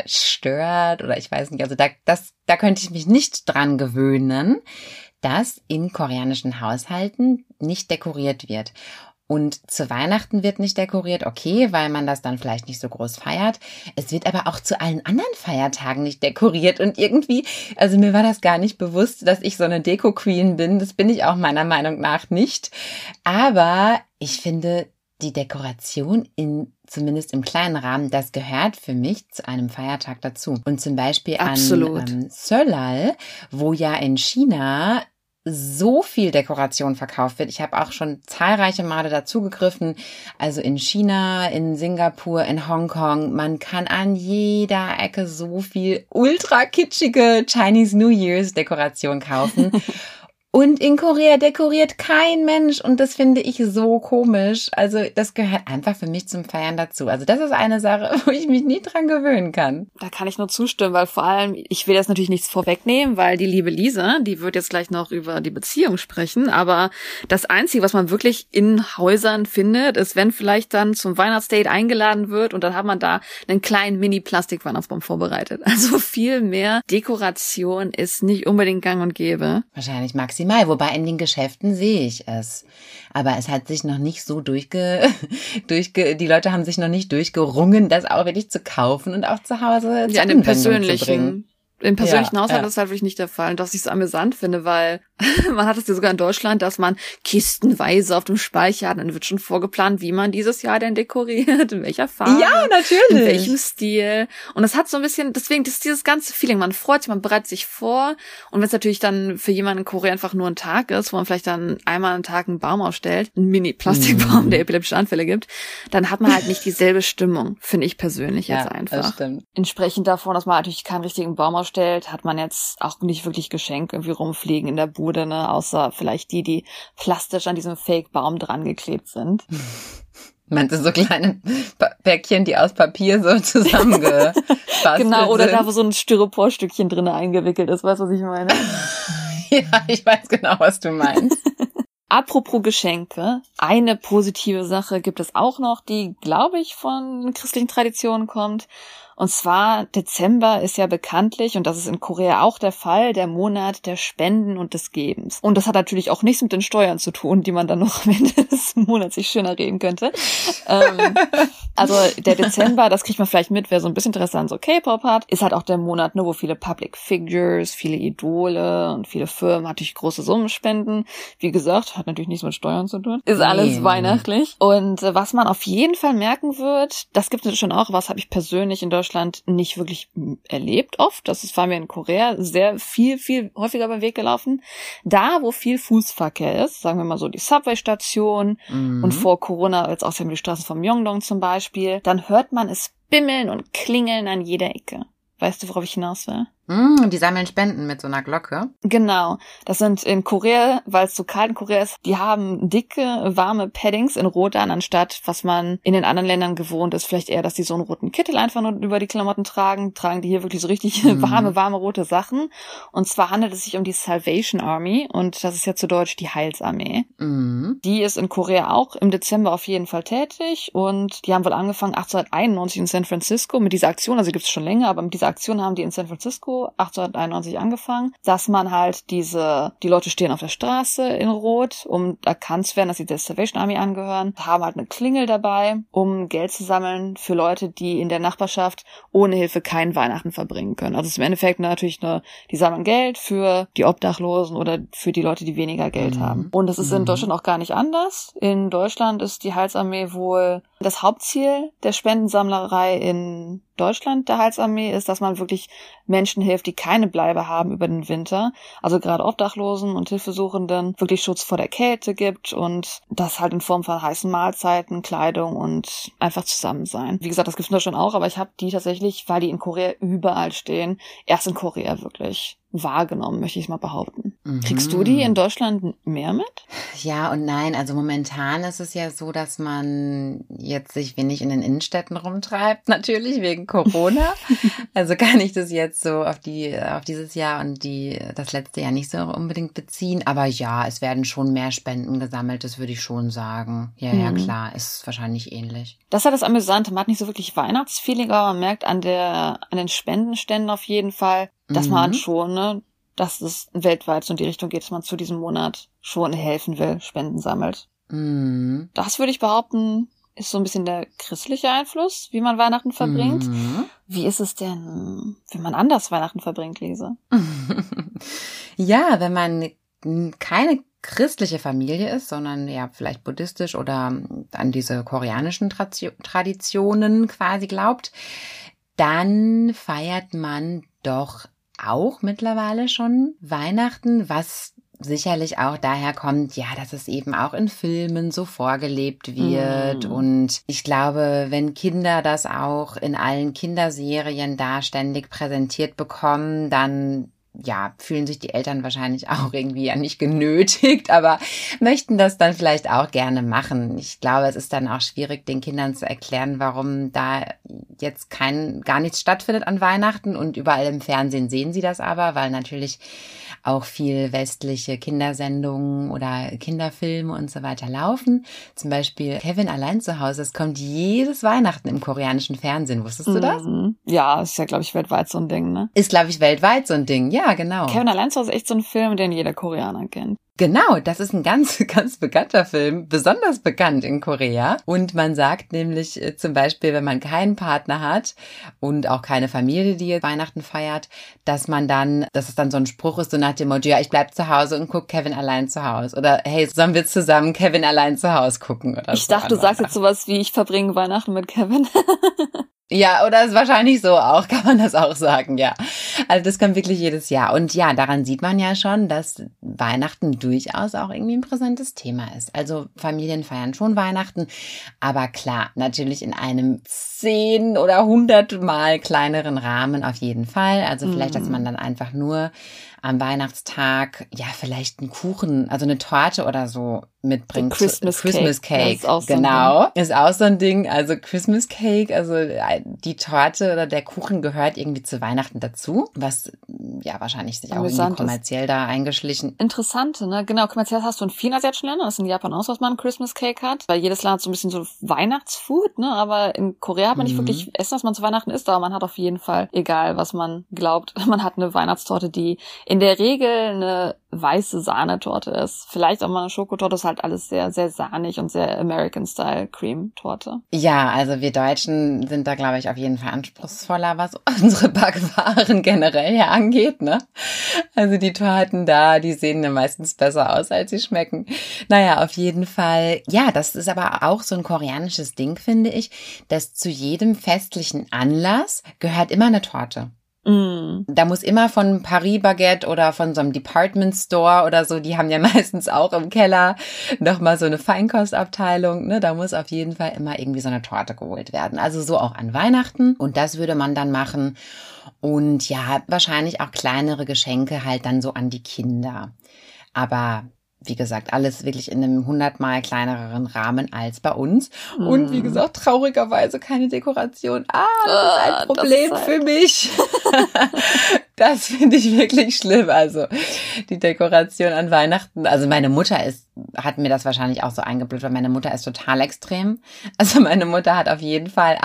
stört oder ich weiß nicht, also da könnte ich mich nicht dran gewöhnen, dass in koreanischen Haushalten nicht dekoriert wird. Und zu Weihnachten wird nicht dekoriert, okay, weil man das dann vielleicht nicht so groß feiert. Es wird aber auch zu allen anderen Feiertagen nicht dekoriert und irgendwie, also mir war das gar nicht bewusst, dass ich so eine Deko-Queen bin. Das bin ich auch meiner Meinung nach nicht. Aber ich finde, die Dekoration zumindest im kleinen Rahmen, das gehört für mich zu einem Feiertag dazu. Und zum Beispiel an Seollal, wo ja in China so viel Dekoration verkauft wird. Ich habe auch schon zahlreiche Male dazugegriffen. Also in China, in Singapur, in Hongkong. Man kann an jeder Ecke so viel ultra kitschige Chinese New Year's Dekoration kaufen. Und in Korea dekoriert kein Mensch und das finde ich so komisch. Also das gehört einfach für mich zum Feiern dazu. Also das ist eine Sache, wo ich mich nie dran gewöhnen kann. Da kann ich nur zustimmen, weil vor allem, ich will jetzt natürlich nichts vorwegnehmen, weil die liebe Lisa, die wird jetzt gleich noch über die Beziehung sprechen, aber das Einzige, was man wirklich in Häusern findet, ist, wenn vielleicht dann zum Weihnachtsdate eingeladen wird und dann hat man da einen kleinen Mini-Plastik-Weihnachtsbaum vorbereitet. Also viel mehr Dekoration ist nicht unbedingt gang und gäbe. Wahrscheinlich maximal, wobei in den Geschäften sehe ich es. Aber es hat sich noch nicht so die Leute haben sich noch nicht durchgerungen, das auch wirklich zu kaufen und auch zu Hause zur Anwendung zu bringen. Im persönlichen Haushalt ist das halt wirklich nicht der Fall. Und was ich so amüsant finde, weil man hat es ja sogar in Deutschland, dass man kistenweise auf dem Speicher hat. Dann wird schon vorgeplant, wie man dieses Jahr denn dekoriert, in welcher Farbe, ja, natürlich, in welchem Stil. Und das hat so ein bisschen, deswegen, das ist dieses ganze Feeling. Man freut sich, man bereitet sich vor. Und wenn es natürlich dann für jemanden in Korea einfach nur ein Tag ist, wo man vielleicht dann einmal am Tag einen Baum aufstellt, einen Mini-Plastikbaum, der epileptische Anfälle gibt, dann hat man halt nicht dieselbe Stimmung, finde ich persönlich jetzt einfach. Das stimmt. Entsprechend davon, dass man natürlich keinen richtigen Baum aufstellt, vorstellt, hat man jetzt auch nicht wirklich Geschenke irgendwie rumfliegen in der Bude, ne? Außer vielleicht die plastisch an diesem Fake-Baum dran geklebt sind. Meinst du so kleine Päckchen, die aus Papier so zusammengefasst Genau, oder sind? da, wo so ein Styroporstückchen drin eingewickelt ist, weißt du, was ich meine? Ja, ich weiß genau, was du meinst. Apropos Geschenke, eine positive Sache gibt es auch noch, die, glaube ich, von christlichen Traditionen kommt. Und zwar, Dezember ist ja bekanntlich, und das ist in Korea auch der Fall, der Monat der Spenden und des Gebens. Und das hat natürlich auch nichts mit den Steuern zu tun, die man dann noch am Ende des Monats sich schöner reden könnte. Also der Dezember, das kriegt man vielleicht mit, wer so ein bisschen Interesse an so K-Pop hat, ist halt auch der Monat, ne, wo viele Public Figures, viele Idole und viele Firmen natürlich große Summen spenden. Wie gesagt, hat natürlich nichts mit Steuern zu tun. Ist alles weihnachtlich. Und was man auf jeden Fall merken wird, das gibt es schon auch, was habe ich persönlich in Deutschland nicht wirklich erlebt oft. Das war mir in Korea sehr viel häufiger beim Weg gelaufen. Da, wo viel Fußverkehr ist, sagen wir mal so die Subway-Station und vor Corona jetzt auch die Straßen vom Myeongdong zum Beispiel, dann hört man es bimmeln und klingeln an jeder Ecke. Weißt du, worauf ich hinaus will? Die sammeln Spenden mit so einer Glocke. Genau. Das sind in Korea, weil es so kalt in Korea ist, die haben dicke, warme Paddings in Rot an, anstatt was man in den anderen Ländern gewohnt ist. Vielleicht eher, dass die so einen roten Kittel einfach nur über die Klamotten tragen. Tragen die hier wirklich so richtig warme rote Sachen. Und zwar handelt es sich um die Salvation Army. Und das ist ja zu Deutsch die Heilsarmee. Die ist in Korea auch im Dezember auf jeden Fall tätig. Und die haben wohl angefangen 1891 in San Francisco mit dieser Aktion. Also gibt es schon länger, aber mit dieser Aktion haben die in San Francisco 1891 angefangen, dass man halt die Leute stehen auf der Straße in Rot, um erkannt zu werden, dass sie der Salvation Army angehören, haben halt eine Klingel dabei, um Geld zu sammeln für Leute, die in der Nachbarschaft ohne Hilfe kein Weihnachten verbringen können. Also es ist im Endeffekt natürlich die sammeln Geld für die Obdachlosen oder für die Leute, die weniger Geld haben. Und das ist in Deutschland auch gar nicht anders. In Deutschland ist die Heilsarmee wohl das Hauptziel der Spendensammlerei in Deutschland der Heilsarmee ist, dass man wirklich Menschen hilft, die keine Bleibe haben über den Winter. Also gerade Obdachlosen und Hilfesuchenden wirklich Schutz vor der Kälte gibt und das halt in Form von heißen Mahlzeiten, Kleidung und einfach zusammen sein. Wie gesagt, das gibt's in Deutschland auch, aber ich habe die tatsächlich, weil die in Korea überall stehen, erst in Korea wirklich wahrgenommen, möchte ich mal behaupten. Kriegst du die in Deutschland mehr mit? Ja und nein. Also momentan ist es ja so, dass man jetzt sich wenig in den Innenstädten rumtreibt, natürlich wegen Corona. Also kann ich das jetzt so auf dieses Jahr und das letzte Jahr nicht so unbedingt beziehen. Aber ja, es werden schon mehr Spenden gesammelt, das würde ich schon sagen. Ja, klar, ist wahrscheinlich ähnlich. Das ist ja das Amüsante. Man hat nicht so wirklich Weihnachtsfeeling, aber man merkt an den Spendenständen auf jeden Fall, dass man schon, ne, dass es weltweit so in die Richtung geht, dass man zu diesem Monat schon helfen will, Spenden sammelt. Das würde ich behaupten, ist so ein bisschen der christliche Einfluss, wie man Weihnachten verbringt. Wie ist es denn, wenn man anders Weihnachten verbringt, Lise? Ja, wenn man keine christliche Familie ist, sondern ja vielleicht buddhistisch oder an diese koreanischen Traditionen quasi glaubt, dann feiert man doch auch mittlerweile schon Weihnachten, was sicherlich auch daher kommt, ja, dass es eben auch in Filmen so vorgelebt wird. Und ich glaube, wenn Kinder das auch in allen Kinderserien da ständig präsentiert bekommen, dann ja, fühlen sich die Eltern wahrscheinlich auch irgendwie ja nicht genötigt, aber möchten das dann vielleicht auch gerne machen. Ich glaube, es ist dann auch schwierig, den Kindern zu erklären, warum da jetzt gar nichts stattfindet an Weihnachten, und überall im Fernsehen sehen sie das aber, weil natürlich auch viel westliche Kindersendungen oder Kinderfilme und so weiter laufen. Zum Beispiel Kevin allein zu Hause, das kommt jedes Weihnachten im koreanischen Fernsehen. Wusstest du das? Ja, ist ja, glaube ich, weltweit so ein Ding, ne? Ist, glaube ich, weltweit so ein Ding. Ja, genau. Kevin allein zu Hause ist echt so ein Film, den jeder Koreaner kennt. Genau, das ist ein ganz, ganz bekannter Film, besonders bekannt in Korea. Und man sagt nämlich zum Beispiel, wenn man keinen Partner hat und auch keine Familie, die Weihnachten feiert, dass es dann so ein Spruch ist, so nach dem Motto, ja, ich bleib zu Hause und guck Kevin allein zu Hause. Oder hey, sollen wir zusammen Kevin allein zu Hause gucken? Oder ich dachte, du sagst jetzt sowas wie, ich verbringe Weihnachten mit Kevin. Ja, oder ist wahrscheinlich so auch, kann man das auch sagen, ja. Also das kommt wirklich jedes Jahr. Und ja, daran sieht man ja schon, dass Weihnachten durchaus auch irgendwie ein präsentes Thema ist. Also Familien feiern schon Weihnachten, aber klar, natürlich in einem 10 oder 100-mal kleineren Rahmen auf jeden Fall. Also vielleicht, dass man dann einfach nur am Weihnachtstag, ja, vielleicht einen Kuchen, also eine Torte oder so mitbringt. Christmas Cake. Ist auch genau. Ist auch so ein Ding. Also Christmas Cake, also die Torte oder der Kuchen gehört irgendwie zu Weihnachten dazu, was ja wahrscheinlich sich auch irgendwie kommerziell da eingeschlichen. Interessante, ne? Genau, kommerziell hast du in vielen asiatischen Ländern, das ist in Japan auch so, dass man ein Christmas Cake hat, weil jedes Land hat so ein bisschen so Weihnachtsfood, ne? Aber in Korea hat man nicht wirklich Essen, was man zu Weihnachten isst, aber man hat auf jeden Fall, egal was man glaubt, man hat eine Weihnachtstorte, die in der Regel eine weiße Sahnetorte ist. Vielleicht auch mal eine Schokotorte, ist halt alles sehr, sehr sahnig und sehr American-Style-Cream-Torte. Ja, also wir Deutschen sind da, glaube ich, auf jeden Fall anspruchsvoller, was unsere Backwaren generell ja angeht, ne? Also die Torten da, die sehen ja meistens besser aus, als sie schmecken. Naja, auf jeden Fall. Ja, das ist aber auch so ein koreanisches Ding, finde ich, dass zu jedem festlichen Anlass gehört immer eine Torte. Da muss immer von Paris Baguette oder von so einem Department Store oder so, die haben ja meistens auch im Keller nochmal so eine Feinkostabteilung, ne? Da muss auf jeden Fall immer irgendwie so eine Torte geholt werden. Also so auch an Weihnachten. Und das würde man dann machen. Und ja, wahrscheinlich auch kleinere Geschenke halt dann so an die Kinder. Aber wie gesagt, alles wirklich in einem 100-mal kleineren Rahmen als bei uns. Und wie gesagt, traurigerweise keine Dekoration. Das ist ein Problem für mich. Das finde ich wirklich schlimm. Also die Dekoration an Weihnachten. Also meine Mutter hat mir das wahrscheinlich auch so eingeblüht, weil meine Mutter ist total extrem. Also meine Mutter hat auf jeden Fall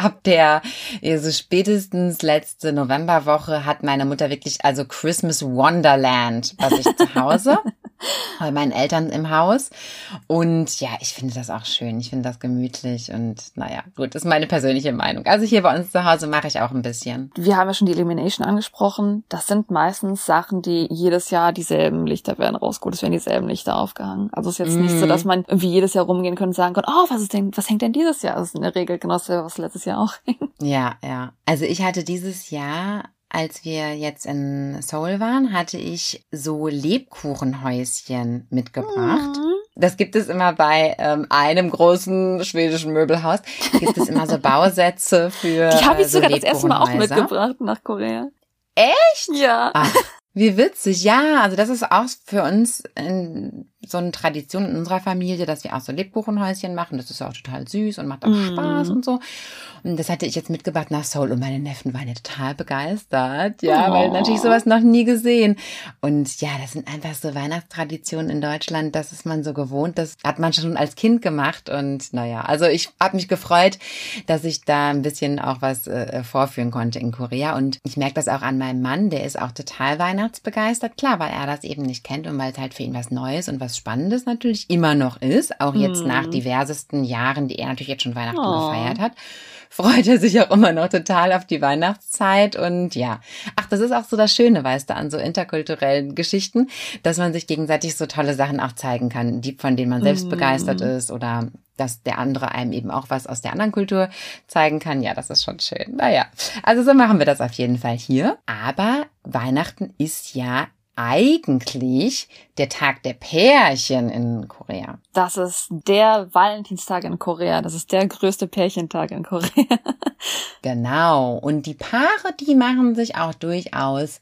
so spätestens letzte Novemberwoche hat meine Mutter wirklich, also Christmas Wonderland bei sich zu Hause. Bei meinen Eltern im Haus. Und ja, ich finde das auch schön. Ich finde das gemütlich. Und naja, gut, das ist meine persönliche Meinung. Also hier bei uns zu Hause mache ich auch ein bisschen. Wir haben ja schon die Illumination angesprochen. Das sind meistens Sachen, die jedes Jahr dieselben Lichter werden rausgeholt. Es werden dieselben Lichter aufgehangen. Also es ist jetzt nicht so, dass man irgendwie jedes Jahr rumgehen kann und sagen kann, was hängt denn dieses Jahr? Das ist in der Regel genau das, was letztes Jahr auch hängt. Ja. Also ich hatte dieses Jahr, als wir jetzt in Seoul waren, hatte ich so Lebkuchenhäuschen mitgebracht. Das gibt es immer bei einem großen schwedischen Möbelhaus. Gibt es immer so Bausätze für die habe ich so sogar das erste Mal auch mitgebracht nach Korea. Echt? Ja. Ach, wie witzig. Ja, also das ist auch für uns so eine Tradition in unserer Familie, dass wir auch so Lebkuchenhäuschen machen. Das ist auch total süß und macht auch Spaß und so. Und das hatte ich jetzt mitgebracht nach Seoul und meine Neffen waren ja total begeistert. Ja, weil natürlich sowas noch nie gesehen. Und ja, das sind einfach so Weihnachtstraditionen in Deutschland. Das ist man so gewohnt. Das hat man schon als Kind gemacht. Und naja, also ich habe mich gefreut, dass ich da ein bisschen auch was vorführen konnte in Korea. Und ich merke das auch an meinem Mann. Der ist auch total weihnachtsbegeistert. Klar, weil er das eben nicht kennt und weil es halt für ihn was Neues und was Spannendes natürlich immer noch ist. Auch jetzt nach diversesten Jahren, die er natürlich jetzt schon Weihnachten gefeiert hat, freut er sich auch immer noch total auf die Weihnachtszeit. Und ja, das ist auch so das Schöne, weißt du, an so interkulturellen Geschichten, dass man sich gegenseitig so tolle Sachen auch zeigen kann, von denen man selbst begeistert ist oder dass der andere einem eben auch was aus der anderen Kultur zeigen kann. Ja, das ist schon schön. Naja, also so machen wir das auf jeden Fall hier. Aber Weihnachten ist ja eigentlich der Tag der Pärchen in Korea. Das ist der Valentinstag in Korea. Das ist der größte Pärchentag in Korea. Genau. Und die Paare, die machen sich auch durchaus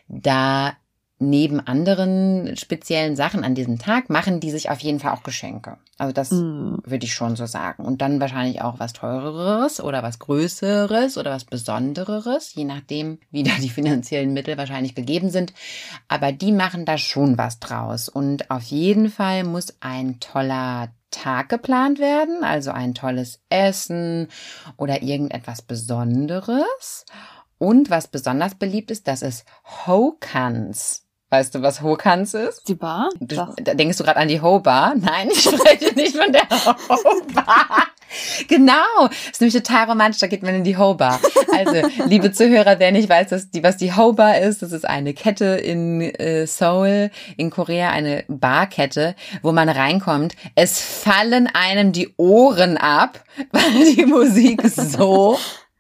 da neben anderen speziellen Sachen an diesem Tag, machen die sich auf jeden Fall auch Geschenke. Also das würde ich schon so sagen. Und dann wahrscheinlich auch was Teureres oder was Größeres oder was Besondereres, je nachdem, wie da die finanziellen Mittel wahrscheinlich gegeben sind. Aber die machen da schon was draus. Und auf jeden Fall muss ein toller Tag geplant werden, also ein tolles Essen oder irgendetwas Besonderes. Und was besonders beliebt ist, das ist Hokans. Weißt du, was Hokans ist? Die Bar? Denkst du gerade an die Ho-Bar? Nein, ich spreche nicht von der Ho-Bar. Genau, ist nämlich total romantisch, da geht man in die Ho-Bar. Also, liebe Zuhörer, wer nicht weiß, was die Ho-Bar ist, das ist eine Kette in Seoul, in Korea, eine Barkette, wo man reinkommt. Es fallen einem die Ohren ab, weil die Musik so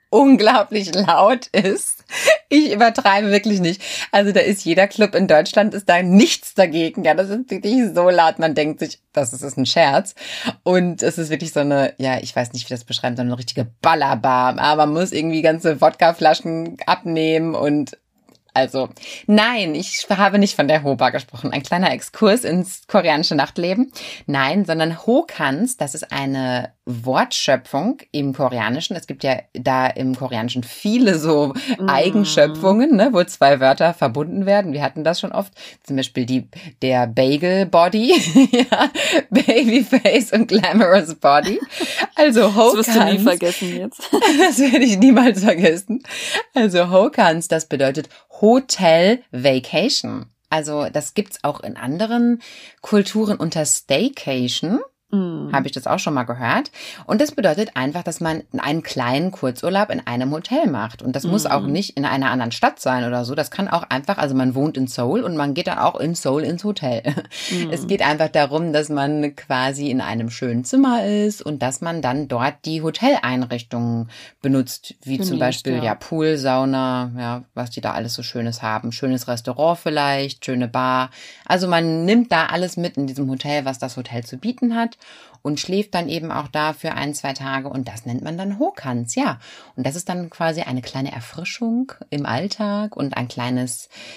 unglaublich laut ist. Ich übertreibe wirklich nicht. Also da ist jeder Club in Deutschland, ist da nichts dagegen. Ja, das ist wirklich so laut. Man denkt sich, das ist ein Scherz. Und es ist wirklich so eine, ja, ich weiß nicht, wie das beschreiben, so eine richtige Ballerbar. Aber man muss irgendwie ganze Wodkaflaschen abnehmen und also, nein, ich habe nicht von der Hoba gesprochen. Ein kleiner Exkurs ins koreanische Nachtleben. Nein, sondern Hokans, das ist eine Wortschöpfung im Koreanischen. Es gibt ja da im Koreanischen viele so Eigenschöpfungen, ne, wo zwei Wörter verbunden werden. Wir hatten das schon oft. Zum Beispiel der Bagel Body, ja, Babyface und Glamorous Body. Also Hokans. Das wirst du nie vergessen jetzt. Das werde ich niemals vergessen. Also Hokans, das bedeutet Hotel Vacation. Also das gibt's auch in anderen Kulturen unter Staycation. Habe ich das auch schon mal gehört. Und das bedeutet einfach, dass man einen kleinen Kurzurlaub in einem Hotel macht. Und das muss auch nicht in einer anderen Stadt sein oder so. Das kann auch einfach, also man wohnt in Seoul und man geht dann auch in Seoul ins Hotel. Es geht einfach darum, dass man quasi in einem schönen Zimmer ist und dass man dann dort die Hoteleinrichtungen benutzt, wie zum Beispiel ja Pool, Sauna, ja, was die da alles so Schönes haben. Schönes Restaurant vielleicht, schöne Bar. Also man nimmt da alles mit in diesem Hotel, was das Hotel zu bieten hat. Und schläft dann eben auch da für 1-2 Tage und das nennt man dann Hokans, ja. Und das ist dann quasi eine kleine Erfrischung im Alltag und ein kleiner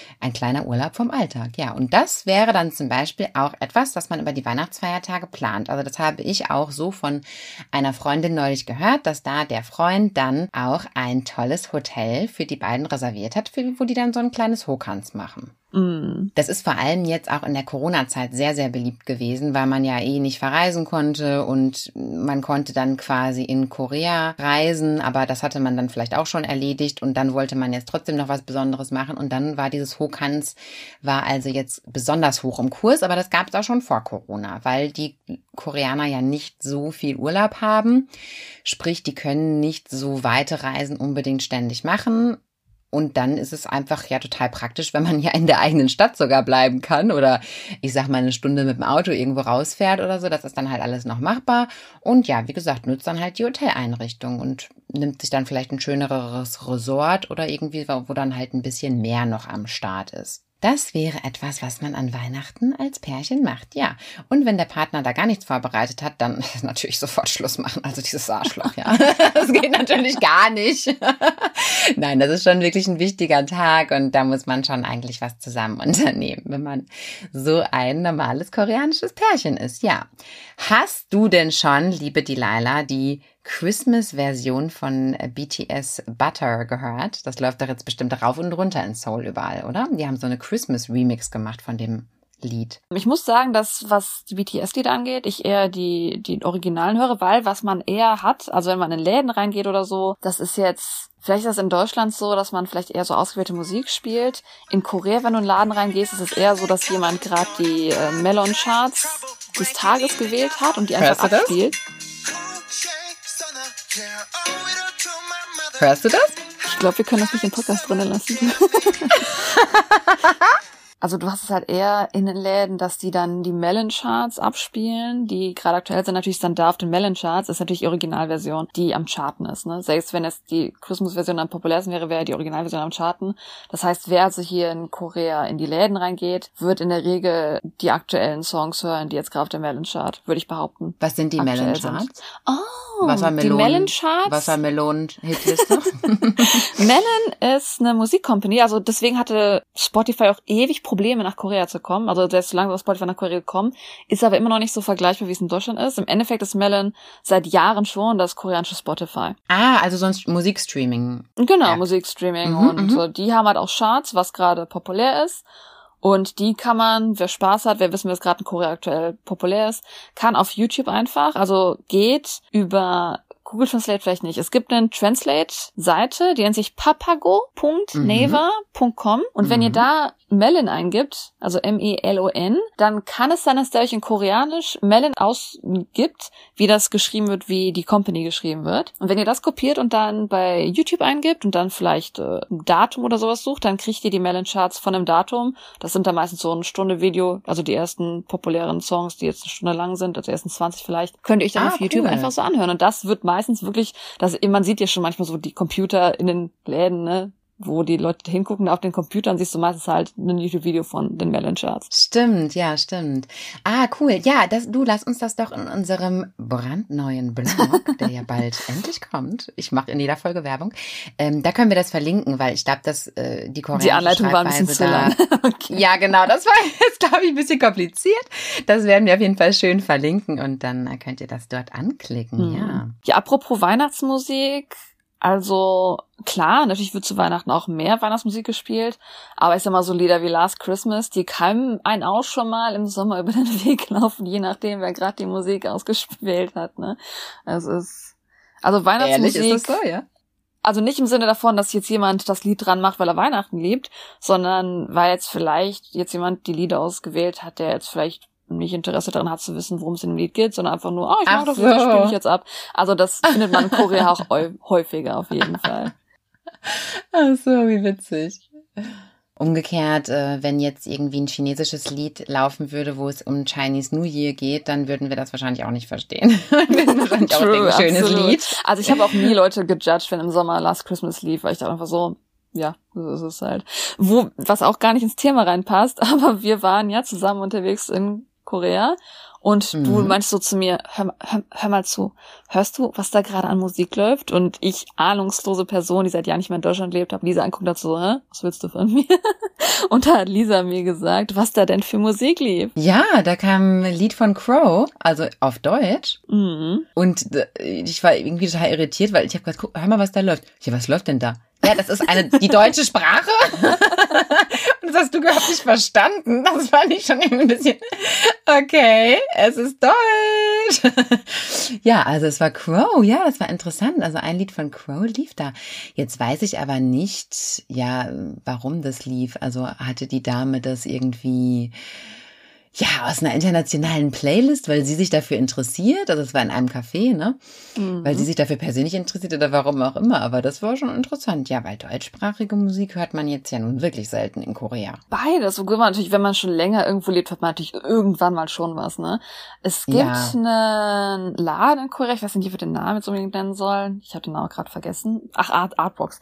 Urlaub vom Alltag, ja. Und das wäre dann zum Beispiel auch etwas, das man über die Weihnachtsfeiertage plant. Also das habe ich auch so von einer Freundin neulich gehört, dass da der Freund dann auch ein tolles Hotel für die beiden reserviert hat, wo die dann so ein kleines Hokans machen. Das ist vor allem jetzt auch in der Corona-Zeit sehr, sehr beliebt gewesen, weil man ja nicht verreisen konnte und man konnte dann quasi in Korea reisen, aber das hatte man dann vielleicht auch schon erledigt und dann wollte man jetzt trotzdem noch was Besonderes machen und dann war dieses Hokans, war also jetzt besonders hoch im Kurs, aber das gab es auch schon vor Corona, weil die Koreaner ja nicht so viel Urlaub haben, sprich, die können nicht so weite Reisen unbedingt ständig machen. Und dann ist es einfach ja total praktisch, wenn man ja in der eigenen Stadt sogar bleiben kann oder ich sag mal 1 Stunde mit dem Auto irgendwo rausfährt oder so. Das ist dann halt alles noch machbar. Und ja, wie gesagt, nutzt dann halt die Hoteleinrichtung und nimmt sich dann vielleicht ein schöneres Resort oder irgendwie, wo dann halt ein bisschen mehr noch am Start ist. Das wäre etwas, was man an Weihnachten als Pärchen macht, ja. Und wenn der Partner da gar nichts vorbereitet hat, dann natürlich sofort Schluss machen. Also dieses Arschloch, ja. Das geht natürlich gar nicht. Nein, das ist schon wirklich ein wichtiger Tag und da muss man schon eigentlich was zusammen unternehmen, wenn man so ein normales koreanisches Pärchen ist, ja. Hast du denn schon, liebe Delilah, die Christmas-Version von BTS Butter gehört? Das läuft doch jetzt bestimmt rauf und runter in Seoul überall, oder? Die haben so eine Christmas-Remix gemacht von dem Lied. Ich muss sagen, dass was die BTS-Lieder angeht, ich eher die Originalen höre, weil was man eher hat, also wenn man in Läden reingeht oder so, das ist jetzt, vielleicht ist das in Deutschland so, dass man vielleicht eher so ausgewählte Musik spielt. In Korea, wenn du in den Laden reingehst, ist es eher so, dass jemand gerade die Melon-Charts des Tages gewählt hat und die einfach abspielt. Hörst du das? Ich glaube, wir können das nicht im Podcast drinnen lassen. Also du hast es halt eher in den Läden, dass die dann die Melon-Charts abspielen, die gerade aktuell sind. Natürlich ist dann da auf den Melon-Charts, ist natürlich die Originalversion, die am Charten ist. Ne? Selbst wenn jetzt die Christmas-Version am populärsten wäre die Originalversion am Charten. Das heißt, wer also hier in Korea in die Läden reingeht, wird in der Regel die aktuellen Songs hören, die jetzt gerade auf der Melon-Chart, würde ich behaupten. Was sind die Melon-Charts? Oh, Wassermelonen, die Melon-Charts. Wassermelonen-Hitliste. Melon ist eine Musikcompany, also deswegen hatte Spotify auch ewig Probleme nach Korea zu kommen, also selbst solange Spotify nach Korea gekommen, ist aber immer noch nicht so vergleichbar, wie es in Deutschland ist. Im Endeffekt ist Melon seit Jahren schon das koreanische Spotify. Ah, also sonst Musikstreaming. Genau, ja. Musikstreaming und die haben halt auch Charts, was gerade populär ist. Und die kann man, wer Spaß hat, wer wissen, was gerade in Korea aktuell populär ist, kann auf YouTube einfach, also geht über Google Translate vielleicht nicht. Es gibt eine Translate-Seite, die nennt sich papago.naver.com und wenn ihr da Melon eingibt, also M-E-L-O-N, dann kann es sein, dass der euch in Koreanisch Melon ausgibt, wie das geschrieben wird, wie die Company geschrieben wird. Und wenn ihr das kopiert und dann bei YouTube eingibt und dann vielleicht ein Datum oder sowas sucht, dann kriegt ihr die Melon-Charts von einem Datum. Das sind dann meistens so eine Stunde Video, also die ersten populären Songs, die jetzt eine Stunde lang sind, also die ersten 20 vielleicht, könnt ihr euch dann auf YouTube einfach so anhören. Und das wird meistens wirklich, man sieht ja schon manchmal so die Computer in den Läden, ne, wo die Leute hingucken, auf den Computern siehst du meistens halt ein YouTube-Video von den Melon-Charts. Stimmt, ja, stimmt. Cool. Ja, lass uns das doch in unserem brandneuen Blog, der ja bald endlich kommt. Ich mache in jeder Folge Werbung. Da können wir das verlinken, weil ich glaube, dass die koreanische Die Anleitung war ein bisschen zu lang. Okay. Ja, genau, das war jetzt, glaube ich, ein bisschen kompliziert. Das werden wir auf jeden Fall schön verlinken und dann könnt ihr das dort anklicken, ja. Ja, apropos Weihnachtsmusik, also klar, natürlich wird zu Weihnachten auch mehr Weihnachtsmusik gespielt, aber ich sag mal so Lieder wie Last Christmas, die können einen auch schon mal im Sommer über den Weg laufen, je nachdem, wer gerade die Musik ausgespielt hat, ne? Also Weihnachtsmusik. Ehrlich, ist das so, ja? Also nicht im Sinne davon, dass jetzt jemand das Lied dran macht, weil er Weihnachten liebt, sondern weil jetzt vielleicht jemand die Lieder ausgewählt hat, der jetzt vielleicht nicht Interesse daran hat zu wissen, worum es in dem Lied geht, sondern einfach nur, ich mag das Lied, das spiele ich jetzt ab. Also das findet man in Korea auch häufiger auf jeden Fall. Ach so, wie witzig. Umgekehrt, wenn jetzt irgendwie ein chinesisches Lied laufen würde, wo es um Chinese New Year geht, dann würden wir das wahrscheinlich auch nicht verstehen. Wir würden wahrscheinlich auch denken, schönes Lied. Also ich habe auch nie Leute gejudged, wenn im Sommer Last Christmas lief, weil ich da einfach so, ja, so ist es halt. Was auch gar nicht ins Thema reinpasst, aber wir waren ja zusammen unterwegs in Korea und du meinst so zu mir, hör mal zu, hörst du, was da gerade an Musik läuft? Und ich, ahnungslose Person, die seit Jahren nicht mehr in Deutschland lebt, habe Lisa angeguckt und dachte so, was willst du von mir? Und da hat Lisa mir gesagt, was da denn für Musik lief. Ja, da kam ein Lied von Crow, also auf Deutsch. Und ich war irgendwie total irritiert, weil ich habe gesagt, hör mal, was da läuft. Ja, was läuft denn da? Ja, das ist die deutsche Sprache. Und das hast du überhaupt nicht verstanden. Das fand ich schon irgendwie ein bisschen, okay, es ist Deutsch. Ja, also es war Crow. Ja, das war interessant. Also ein Lied von Crow lief da. Jetzt weiß ich aber nicht, ja, warum das lief. Also hatte die Dame das irgendwie, ja, aus einer internationalen Playlist, weil sie sich dafür interessiert. Also es war in einem Café, ne? Weil sie sich dafür persönlich interessiert oder warum auch immer. Aber das war schon interessant. Ja, weil deutschsprachige Musik hört man jetzt ja nun wirklich selten in Korea. Beides. So natürlich, wenn man schon länger irgendwo lebt, hat man natürlich irgendwann mal schon was, ne? Es gibt einen Laden in Korea, ich weiß nicht, wie wir den Namen jetzt unbedingt nennen sollen. Ich habe den Namen gerade vergessen. Ach, Artbox.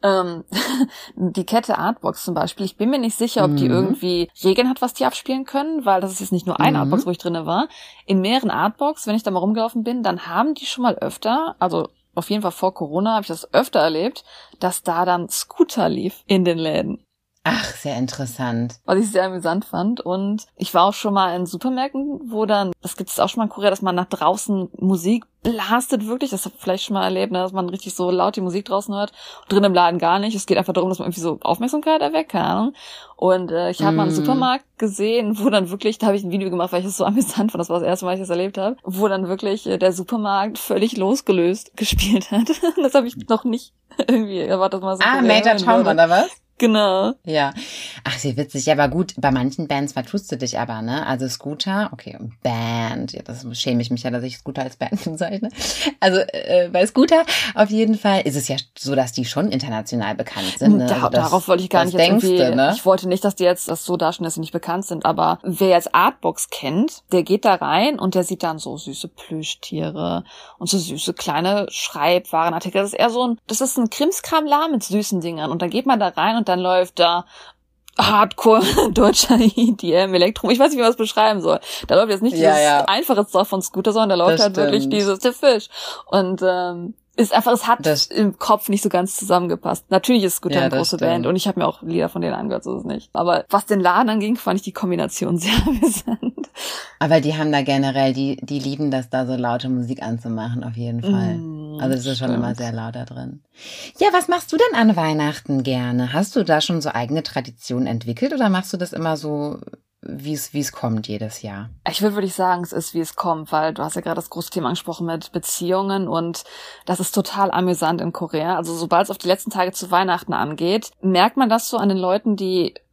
Die Kette Artbox zum Beispiel. Ich bin mir nicht sicher, ob die irgendwie Regeln hat, was die abspielen können, weil das ist jetzt nicht nur eine Artbox, wo ich drinne war. In mehreren Artbox, wenn ich da mal rumgelaufen bin, dann haben die schon mal öfter, also auf jeden Fall vor Corona habe ich das öfter erlebt, dass da dann Scooter lief in den Läden. Ach, sehr interessant. Was ich sehr amüsant fand. Und ich war auch schon mal in Supermärkten, wo dann, das gibt es auch schon mal in Korea, dass man nach draußen Musik blastet wirklich. Das habt ihr vielleicht schon mal erlebt, ne? Dass man richtig so laut die Musik draußen hört. Und drin im Laden gar nicht. Es geht einfach darum, dass man irgendwie so Aufmerksamkeit erweckt, keine Ahnung. Und ich habe mal einen Supermarkt gesehen, wo dann wirklich, da habe ich ein Video gemacht, weil ich das so amüsant fand, das war das erste Mal, ich das erlebt habe, wo dann wirklich der Supermarkt völlig losgelöst gespielt hat. Das habe ich noch nicht irgendwie erwartet, dass man so Major Tom oder was? Genau. Ja. Ach, sehr witzig. Ja, aber gut, bei manchen Bands vertust du dich aber, ne? Also Scooter, okay, Band, ja, das schäme ich mich ja, dass ich Scooter als Band bezeichne. Also bei Scooter auf jeden Fall ist es ja so, dass die schon international bekannt sind. Ne? Also darauf wollte ich gar nicht jetzt irgendwie, ne? Ich wollte nicht, dass die jetzt das so darstellen, dass sie nicht bekannt sind, aber wer jetzt Artbox kennt, der geht da rein und der sieht dann so süße Plüschtiere und so süße kleine Schreibwarenartikel. Das ist ein Krimskram-La mit süßen Dingern und dann geht man da rein und dann läuft da Hardcore deutscher EDM, Elektro. Ich weiß nicht, wie man das beschreiben soll. Da läuft jetzt nicht dieses einfache Stuff von Scooter, sondern da läuft halt wirklich dieses The Fish. Und ist einfach, es hat im Kopf nicht so ganz zusammengepasst. Natürlich ist Scooter eine große Band und ich habe mir auch Lieder von denen angehört, so ist es nicht. Aber was den Laden anging, fand ich die Kombination sehr amüsant. Aber die haben da generell, die lieben das, da so laute Musik anzumachen, auf jeden Fall. Also das ist schon immer sehr laut da drin. Ja, was machst du denn an Weihnachten gerne? Hast du da schon so eigene Traditionen entwickelt oder machst du das immer so, wie es kommt jedes Jahr? Ich würde sagen, es ist, wie es kommt, weil du hast ja gerade das große Thema angesprochen mit Beziehungen und das ist total amüsant in Korea. Also sobald es auf die letzten Tage zu Weihnachten angeht, merkt man das so an den Leuten, die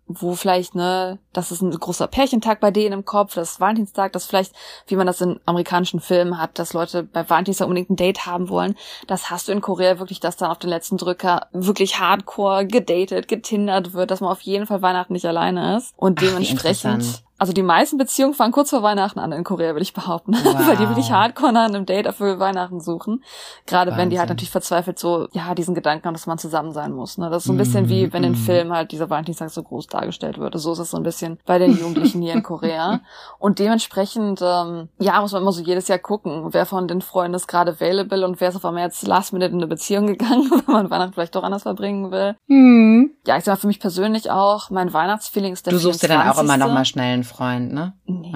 wo vielleicht, das ist ein großer Pärchentag bei denen im Kopf, das ist Valentinstag, das vielleicht, wie man das in amerikanischen Filmen hat, dass Leute bei Valentinstag unbedingt ein Date haben wollen. Das hast du in Korea wirklich, dass dann auf den letzten Drücker wirklich hardcore gedatet, getindert wird, dass man auf jeden Fall Weihnachten nicht alleine ist. Und dementsprechend, also die meisten Beziehungen fangen kurz vor Weihnachten an in Korea, würde ich behaupten. Wow. Weil die wirklich hardcore nach einem Date für Weihnachten suchen. Gerade wenn die halt natürlich verzweifelt so, diesen Gedanken haben, dass man zusammen sein muss. Ne? Das ist so ein bisschen wie, wenn in Filmen halt dieser Valentinstag so groß dargestellt wird. So ist es so ein bisschen bei den Jugendlichen hier in Korea. Und dementsprechend, muss man immer so jedes Jahr gucken, wer von den Freunden ist gerade available und wer ist auf einmal jetzt last minute in eine Beziehung gegangen, wenn man Weihnachten vielleicht doch anders verbringen will. Ja, ich sag mal, für mich persönlich auch, mein Weihnachtsfeeling ist der 24. Du suchst dir dann auch immer noch mal schnell einen Freund, ne? Nee.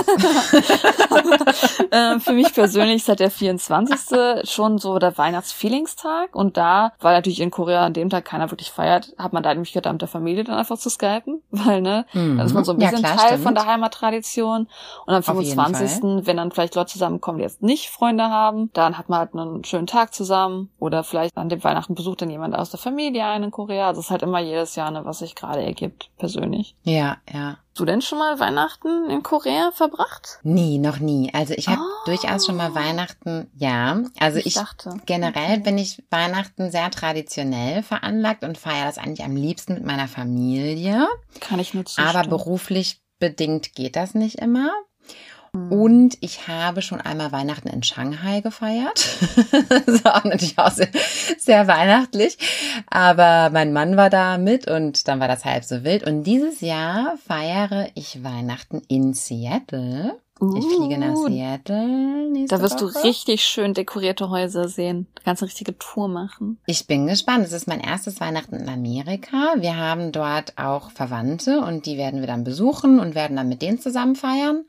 Für mich persönlich ist halt der 24. schon so der Weihnachtsfeelingstag und da, weil natürlich in Korea an dem Tag keiner wirklich feiert, hat man da die Möglichkeit, mit der Familie dann einfach zu skypen, weil, dann ist man so ein bisschen Teil von der Heimattradition und am 25., wenn dann vielleicht Leute zusammenkommen, die jetzt nicht Freunde haben, dann hat man halt einen schönen Tag zusammen oder vielleicht an dem Weihnachten besucht dann jemand aus der Familie einen in Korea. Also es ist halt immer jedes Jahr, was sich gerade ergibt, persönlich. Ja. Hast du denn schon mal Weihnachten in Korea verbracht? Nee, noch nie. Also ich habe durchaus schon mal Weihnachten, Also ich generell bin ich Weihnachten sehr traditionell veranlagt und feiere das eigentlich am liebsten mit meiner Familie. Kann ich nur zustimmen. Aber beruflich bedingt geht das nicht immer. Und ich habe schon einmal Weihnachten in Shanghai gefeiert. Das war auch natürlich auch sehr, sehr weihnachtlich. Aber mein Mann war da mit und dann war das halb so wild. Und dieses Jahr feiere ich Weihnachten in Seattle. Ich fliege nach Seattle nächste Da wirst Woche. Du richtig schön dekorierte Häuser sehen. Du kannst eine richtige Tour machen. Ich bin gespannt. Es ist mein erstes Weihnachten in Amerika. Wir haben dort auch Verwandte und die werden wir dann besuchen und werden dann mit denen zusammen feiern.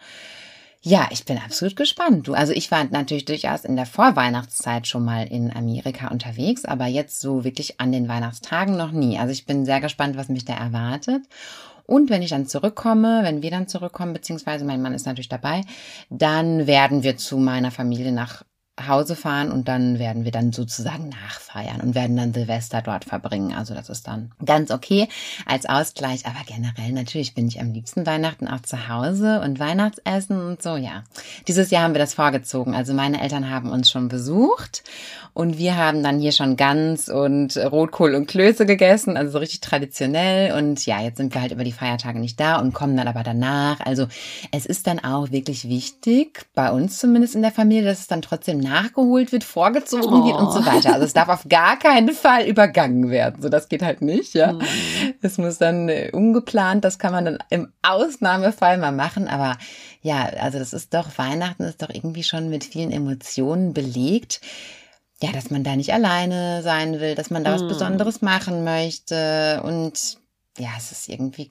Ja, ich bin absolut gespannt. Also ich war natürlich durchaus in der Vorweihnachtszeit schon mal in Amerika unterwegs, aber jetzt so wirklich an den Weihnachtstagen noch nie. Also ich bin sehr gespannt, was mich da erwartet. Und wenn wir dann zurückkommen, beziehungsweise mein Mann ist natürlich dabei, dann werden wir zu meiner Familie nach Hause fahren und dann werden wir dann sozusagen nachfeiern und werden dann Silvester dort verbringen. Also das ist dann ganz okay als Ausgleich. Aber generell natürlich bin ich am liebsten Weihnachten auch zu Hause und Weihnachtsessen und so, ja. Dieses Jahr haben wir das vorgezogen. Also meine Eltern haben uns schon besucht und wir haben dann hier schon Gans und Rotkohl und Klöße gegessen, also so richtig traditionell. Und ja, jetzt sind wir halt über die Feiertage nicht da und kommen dann aber danach. Also es ist dann auch wirklich wichtig, bei uns zumindest in der Familie, dass es dann trotzdem nachgeholt wird, vorgezogen wird und so weiter. Also es darf auf gar keinen Fall übergangen werden. So, das geht halt nicht, ja. Es muss dann ungeplant, das kann man dann im Ausnahmefall mal machen. Aber ja, also Weihnachten ist doch irgendwie schon mit vielen Emotionen belegt. Ja, dass man da nicht alleine sein will, dass man da was Besonderes machen möchte und ja, es ist irgendwie,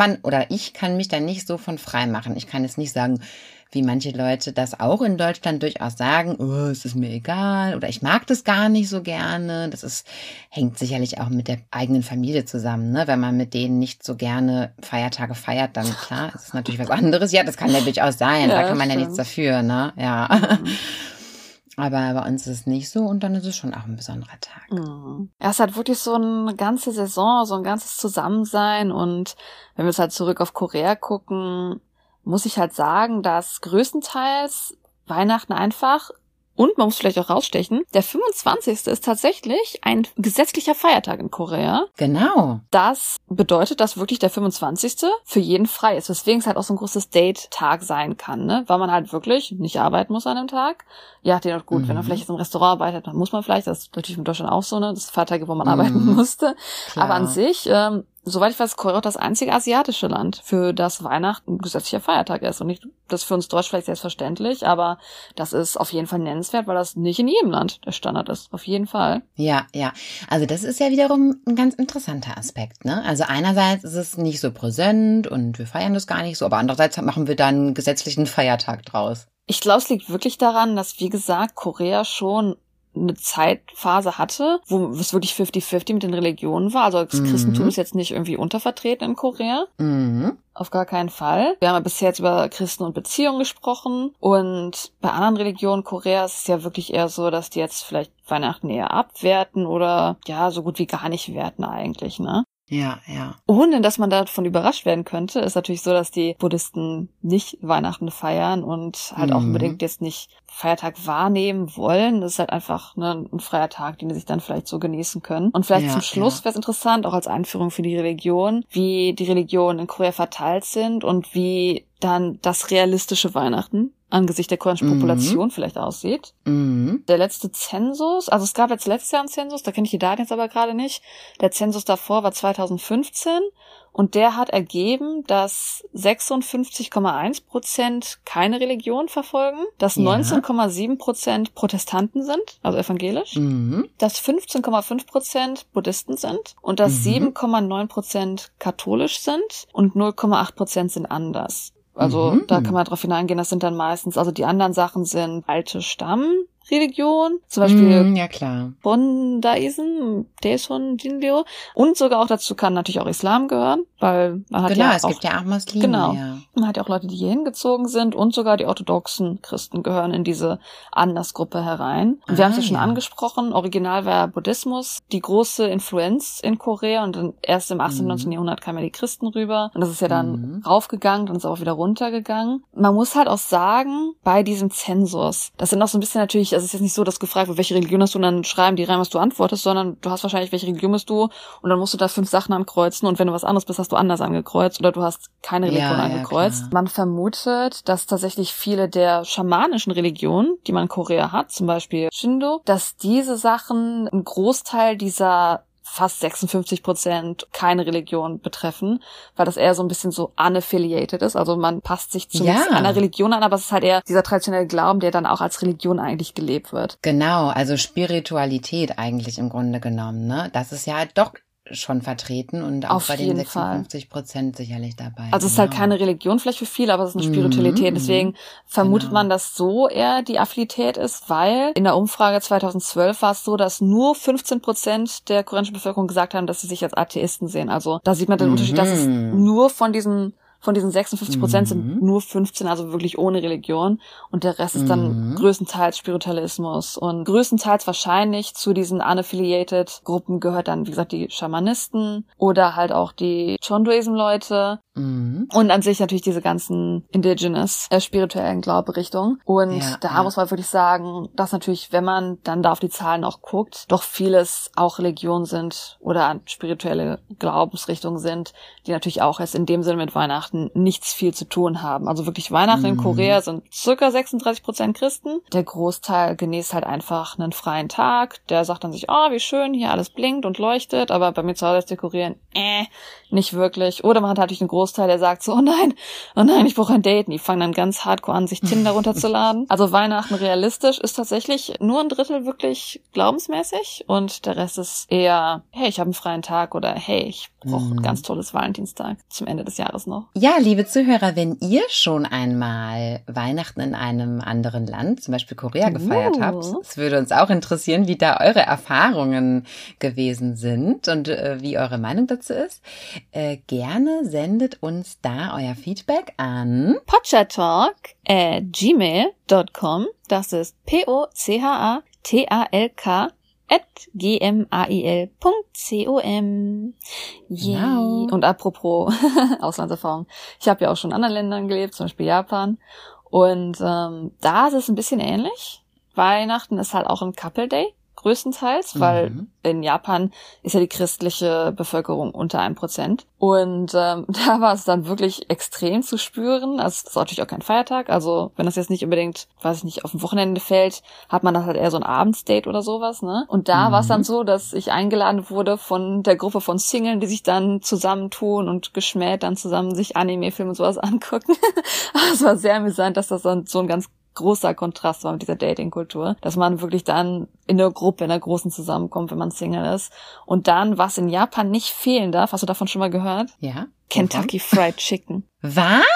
ich kann mich da nicht so von frei machen. Ich kann jetzt nicht sagen, wie manche Leute das auch in Deutschland durchaus sagen, es ist mir egal oder ich mag das gar nicht so gerne. Hängt sicherlich auch mit der eigenen Familie zusammen, ne? Wenn man mit denen nicht so gerne Feiertage feiert, dann klar, ist es natürlich was anderes. Ja, das kann ja durchaus sein, da kann man ja nichts dafür, ne? Ja. Aber bei uns ist es nicht so und dann ist es schon auch ein besonderer Tag. Es hat wirklich so eine ganze Saison, so ein ganzes Zusammensein und wenn wir jetzt halt zurück auf Korea gucken, muss ich halt sagen, dass größtenteils Weihnachten einfach, und man muss vielleicht auch rausstechen, der 25. ist tatsächlich ein gesetzlicher Feiertag in Korea. Genau. Das bedeutet, dass wirklich der 25. für jeden frei ist, weswegen es halt auch so ein großes Date-Tag sein kann, ne? Weil man halt wirklich nicht arbeiten muss an dem Tag. Ja, den auch gut, wenn man vielleicht jetzt im Restaurant arbeitet, dann muss man vielleicht, das ist natürlich in Deutschland auch so, ne? Das ist Feiertage, wo man arbeiten musste. Klar. Aber an sich, soweit ich weiß, ist Korea auch das einzige asiatische Land, für das Weihnachten ein gesetzlicher Feiertag ist. Und nicht, das ist für uns Deutsch vielleicht selbstverständlich, aber das ist auf jeden Fall nennenswert, weil das nicht in jedem Land der Standard ist. Auf jeden Fall. Ja. Also das ist ja wiederum ein ganz interessanter Aspekt, ne? Also einerseits ist es nicht so präsent und wir feiern das gar nicht so, aber andererseits machen wir dann einen gesetzlichen Feiertag draus. Ich glaube, es liegt wirklich daran, dass, wie gesagt, Korea schon eine Zeitphase hatte, wo es wirklich 50-50 mit den Religionen war. Also das Christentum ist jetzt nicht irgendwie untervertreten in Korea. Auf gar keinen Fall. Wir haben ja bisher jetzt über Christen und Beziehungen gesprochen und bei anderen Religionen Koreas ist es ja wirklich eher so, dass die jetzt vielleicht Weihnachten eher abwerten oder ja, so gut wie gar nicht werten eigentlich, ne? Ja, ja. Ohne, dass man davon überrascht werden könnte, ist natürlich so, dass die Buddhisten nicht Weihnachten feiern und halt auch unbedingt jetzt nicht Feiertag wahrnehmen wollen. Das ist halt einfach ein freier Tag, den sie sich dann vielleicht so genießen können. Und vielleicht zum Schluss wäre es interessant, auch als Einführung für die Religion, wie die Religionen in Korea verteilt sind und wie dann das realistische Weihnachten angesichts der koreanischen Population vielleicht aussieht. Der letzte Zensus, also es gab jetzt letztes Jahr einen Zensus, da kenne ich die Daten jetzt aber gerade nicht. Der Zensus davor war 2015 und der hat ergeben, dass 56,1% keine Religion verfolgen, dass 19,7% Protestanten sind, also evangelisch, dass 15,5% Buddhisten sind und dass 7,9% katholisch sind und 0,8% sind anders. Also da kann man drauf hineingehen, das sind dann meistens, also die anderen Sachen sind alte Stammreligion, zum Beispiel ja, klar. Bondaism, Daesun, Jinryo und sogar auch dazu kann natürlich auch Islam gehören, weil man hat es gibt ja auch Muslime. Genau, ja. Man hat ja auch Leute, die hier hingezogen sind und sogar die orthodoxen Christen gehören in diese Andersgruppe herein. Und wir haben es ja schon angesprochen, original war Buddhismus die große Influenz in Korea und dann erst im 18. und 19. Jahrhundert kamen ja die Christen rüber und das ist ja dann raufgegangen, dann ist es auch wieder runtergegangen. Man muss halt auch sagen, bei diesem Zensus, das sind auch so ein bisschen natürlich, also es ist jetzt nicht so, dass gefragt wird, welche Religion hast du und dann schreiben die rein, was du antwortest, sondern du hast wahrscheinlich, welche Religion bist du und dann musst du da 5 Sachen ankreuzen und wenn du was anderes bist, hast du anders angekreuzt oder du hast keine Religion angekreuzt. Ja, man vermutet, dass tatsächlich viele der schamanischen Religionen, die man in Korea hat, zum Beispiel Shinto, dass diese Sachen einen Großteil dieser fast 56% keine Religion betreffen, weil das eher so ein bisschen so unaffiliated ist. Also man passt sich zumindest einer Religion an, aber es ist halt eher dieser traditionelle Glauben, der dann auch als Religion eigentlich gelebt wird. Genau, also Spiritualität eigentlich im Grunde genommen, ne? Das ist ja doch schon vertreten und auch auf bei den 56% sicherlich dabei. Also es ist halt keine Religion vielleicht für viele, aber es ist eine Spiritualität. Deswegen vermutet man, dass so eher die Affinität ist, weil in der Umfrage 2012 war es so, dass nur 15% der koreanischen Bevölkerung gesagt haben, dass sie sich als Atheisten sehen. Also da sieht man den Unterschied, dass es nur von diesen 56% sind nur 15, also wirklich ohne Religion. Und der Rest ist dann größtenteils Spiritualismus. Und größtenteils wahrscheinlich zu diesen unaffiliated Gruppen gehört dann, wie gesagt, die Schamanisten oder halt auch die Chondoism-Leute. Und an sich natürlich diese ganzen indigenous, spirituellen Glauberichtungen. Und da muss man wirklich sagen, dass natürlich, wenn man dann da auf die Zahlen auch guckt, doch vieles auch Religionen sind oder spirituelle Glaubensrichtungen sind, die natürlich auch erst in dem Sinne mit Weihnachten nichts viel zu tun haben. Also wirklich Weihnachten in Korea sind circa 36% Christen. Der Großteil genießt halt einfach einen freien Tag. Der sagt dann sich, wie schön, hier alles blinkt und leuchtet, aber bei mir zu Hause ist dekorieren, nicht wirklich. Oder man hat natürlich einen Großteil, der sagt so, oh nein, ich brauche ein Date. Und die fangen dann ganz hardcore an, sich Tinder runterzuladen. Also Weihnachten realistisch ist tatsächlich nur ein Drittel wirklich glaubensmäßig und der Rest ist eher, hey, ich habe einen freien Tag oder hey, ich brauche ein ganz tolles Valentinstag zum Ende des Jahres noch. Ja, liebe Zuhörer, wenn ihr schon einmal Weihnachten in einem anderen Land, zum Beispiel Korea, gefeiert habt, es würde uns auch interessieren, wie da eure Erfahrungen gewesen sind und wie eure Meinung dazu ist. Gerne sendet uns da euer Feedback an pochatalk@gmail.com. Das ist pochatalk@gmail.com. Genau. Und apropos Auslandserfahrung. Ich habe ja auch schon in anderen Ländern gelebt, zum Beispiel Japan. Und da ist es ein bisschen ähnlich. Weihnachten ist halt auch ein Couple Day. Größtenteils, weil in Japan ist ja die christliche Bevölkerung unter 1%. Und da war es dann wirklich extrem zu spüren. Also es ist natürlich auch kein Feiertag. Also wenn das jetzt nicht unbedingt, weiß ich nicht, auf dem Wochenende fällt, hat man das halt eher so ein Abendsdate oder sowas, ne? Und da war es dann so, dass ich eingeladen wurde von der Gruppe von Singlen, die sich dann zusammentun und geschmäht dann zusammen sich Anime-Filme und sowas angucken. Es war sehr amüsant, dass das dann so ein ganz großer Kontrast war mit dieser Dating-Kultur, dass man wirklich dann in der Gruppe, in der großen zusammenkommt, wenn man Single ist. Und dann, was in Japan nicht fehlen darf, hast du davon schon mal gehört? Ja. Kentucky Fried Chicken. Was?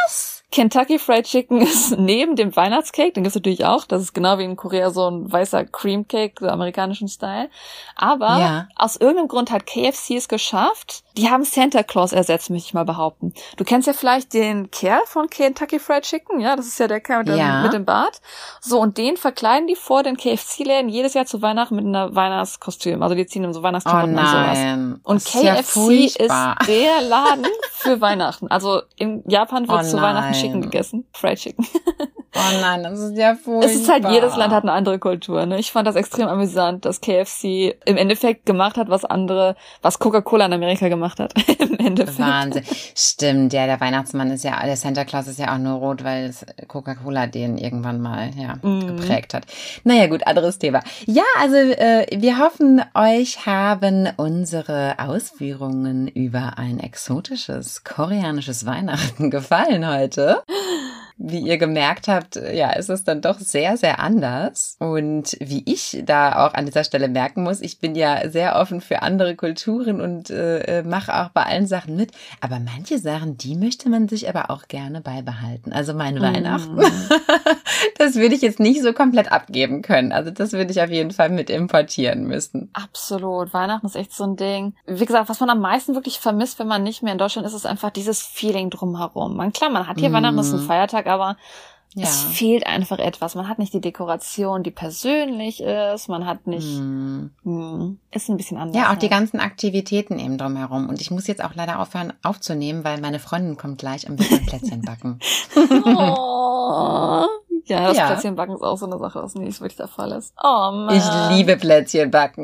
Kentucky Fried Chicken ist neben dem Weihnachtscake, den gibt's natürlich auch, das ist genau wie in Korea so ein weißer Cream Cake, so amerikanischen Style. Aber aus irgendeinem Grund hat KFC es geschafft, die haben Santa Claus ersetzt, möchte ich mal behaupten. Du kennst ja vielleicht den Kerl von Kentucky Fried Chicken, ja, das ist ja der Kerl mit dem Bart. So, und den verkleiden die vor den KFC-Läden jedes Jahr zu Weihnachten mit einer Weihnachtskostüm. Also die ziehen ihm so Weihnachtsklamotten und sowas. Und KFC ist der Laden für Weihnachten. Also in Japan wird zu Weihnachten Chicken gegessen. Fried Chicken. Oh nein, das ist ja furchtbar. Es ist halt, jedes Land hat eine andere Kultur, ne? Ich fand das extrem amüsant, dass KFC im Endeffekt gemacht hat, was Coca-Cola in Amerika gemacht hat. Im Endeffekt. Wahnsinn. Stimmt, ja, der Weihnachtsmann ist ja, der Santa Claus ist ja auch nur rot, weil Coca-Cola den irgendwann mal, geprägt hat. Naja, gut, anderes Thema. Ja, also, wir hoffen, euch haben unsere Ausführungen über ein exotisches koreanisches Weihnachten gefallen heute. Wie ihr gemerkt habt, ja, ist es dann doch sehr, sehr anders. Und wie ich da auch an dieser Stelle merken muss, ich bin ja sehr offen für andere Kulturen und mache auch bei allen Sachen mit. Aber manche Sachen, die möchte man sich aber auch gerne beibehalten. Also mein Weihnachten, das würde ich jetzt nicht so komplett abgeben können. Also das würde ich auf jeden Fall mit importieren müssen. Absolut. Weihnachten ist echt so ein Ding. Wie gesagt, was man am meisten wirklich vermisst, wenn man nicht mehr in Deutschland ist, ist einfach dieses Feeling drumherum. Man hat hier Weihnachten, das ist ein Feiertag, aber es fehlt einfach etwas. Man hat nicht die Dekoration, die persönlich ist. Man hat nicht, ist ein bisschen anders. Ja, auch die ganzen Aktivitäten eben drumherum. Und ich muss jetzt auch leider aufhören aufzunehmen, weil meine Freundin kommt gleich und wird ein Plätzchen backen. Oh. Ja, das Plätzchenbacken ist auch so eine Sache, was nicht wirklich der Fall ist. Oh Mann. Ich liebe Plätzchenbacken.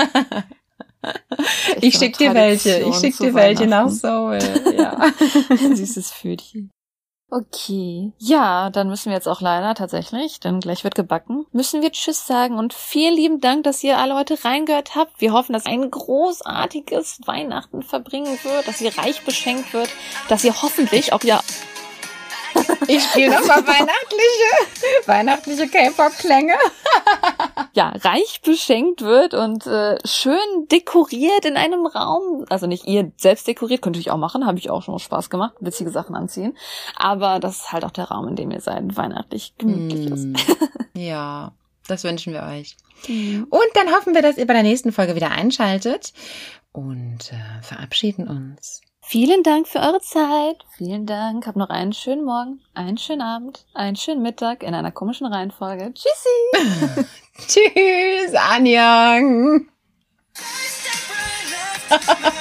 Ich schick dir welche. Ich schick dir welche nach Seoul. Ja. Ein süßes Pfötchen. Okay. Ja, dann müssen wir jetzt auch leider tatsächlich, denn gleich wird gebacken, müssen wir Tschüss sagen und vielen lieben Dank, dass ihr alle heute reingehört habt. Wir hoffen, dass ihr ein großartiges Weihnachten verbringen wird, dass ihr reich beschenkt wird, dass ihr hoffentlich, ob ihr... Ich spiele nochmal weihnachtliche K-Pop-Klänge. Ja, reich beschenkt wird und schön dekoriert in einem Raum. Also nicht ihr selbst dekoriert, könnt ihr natürlich auch machen, habe ich auch schon Spaß gemacht, witzige Sachen anziehen. Aber das ist halt auch der Raum, in dem ihr seid, weihnachtlich gemütlich ist. Ja, das wünschen wir euch. Und dann hoffen wir, dass ihr bei der nächsten Folge wieder einschaltet und verabschieden uns. Vielen Dank für eure Zeit. Vielen Dank. Habt noch einen schönen Morgen, einen schönen Abend, einen schönen Mittag in einer komischen Reihenfolge. Tschüssi. Tschüss, Annyeong.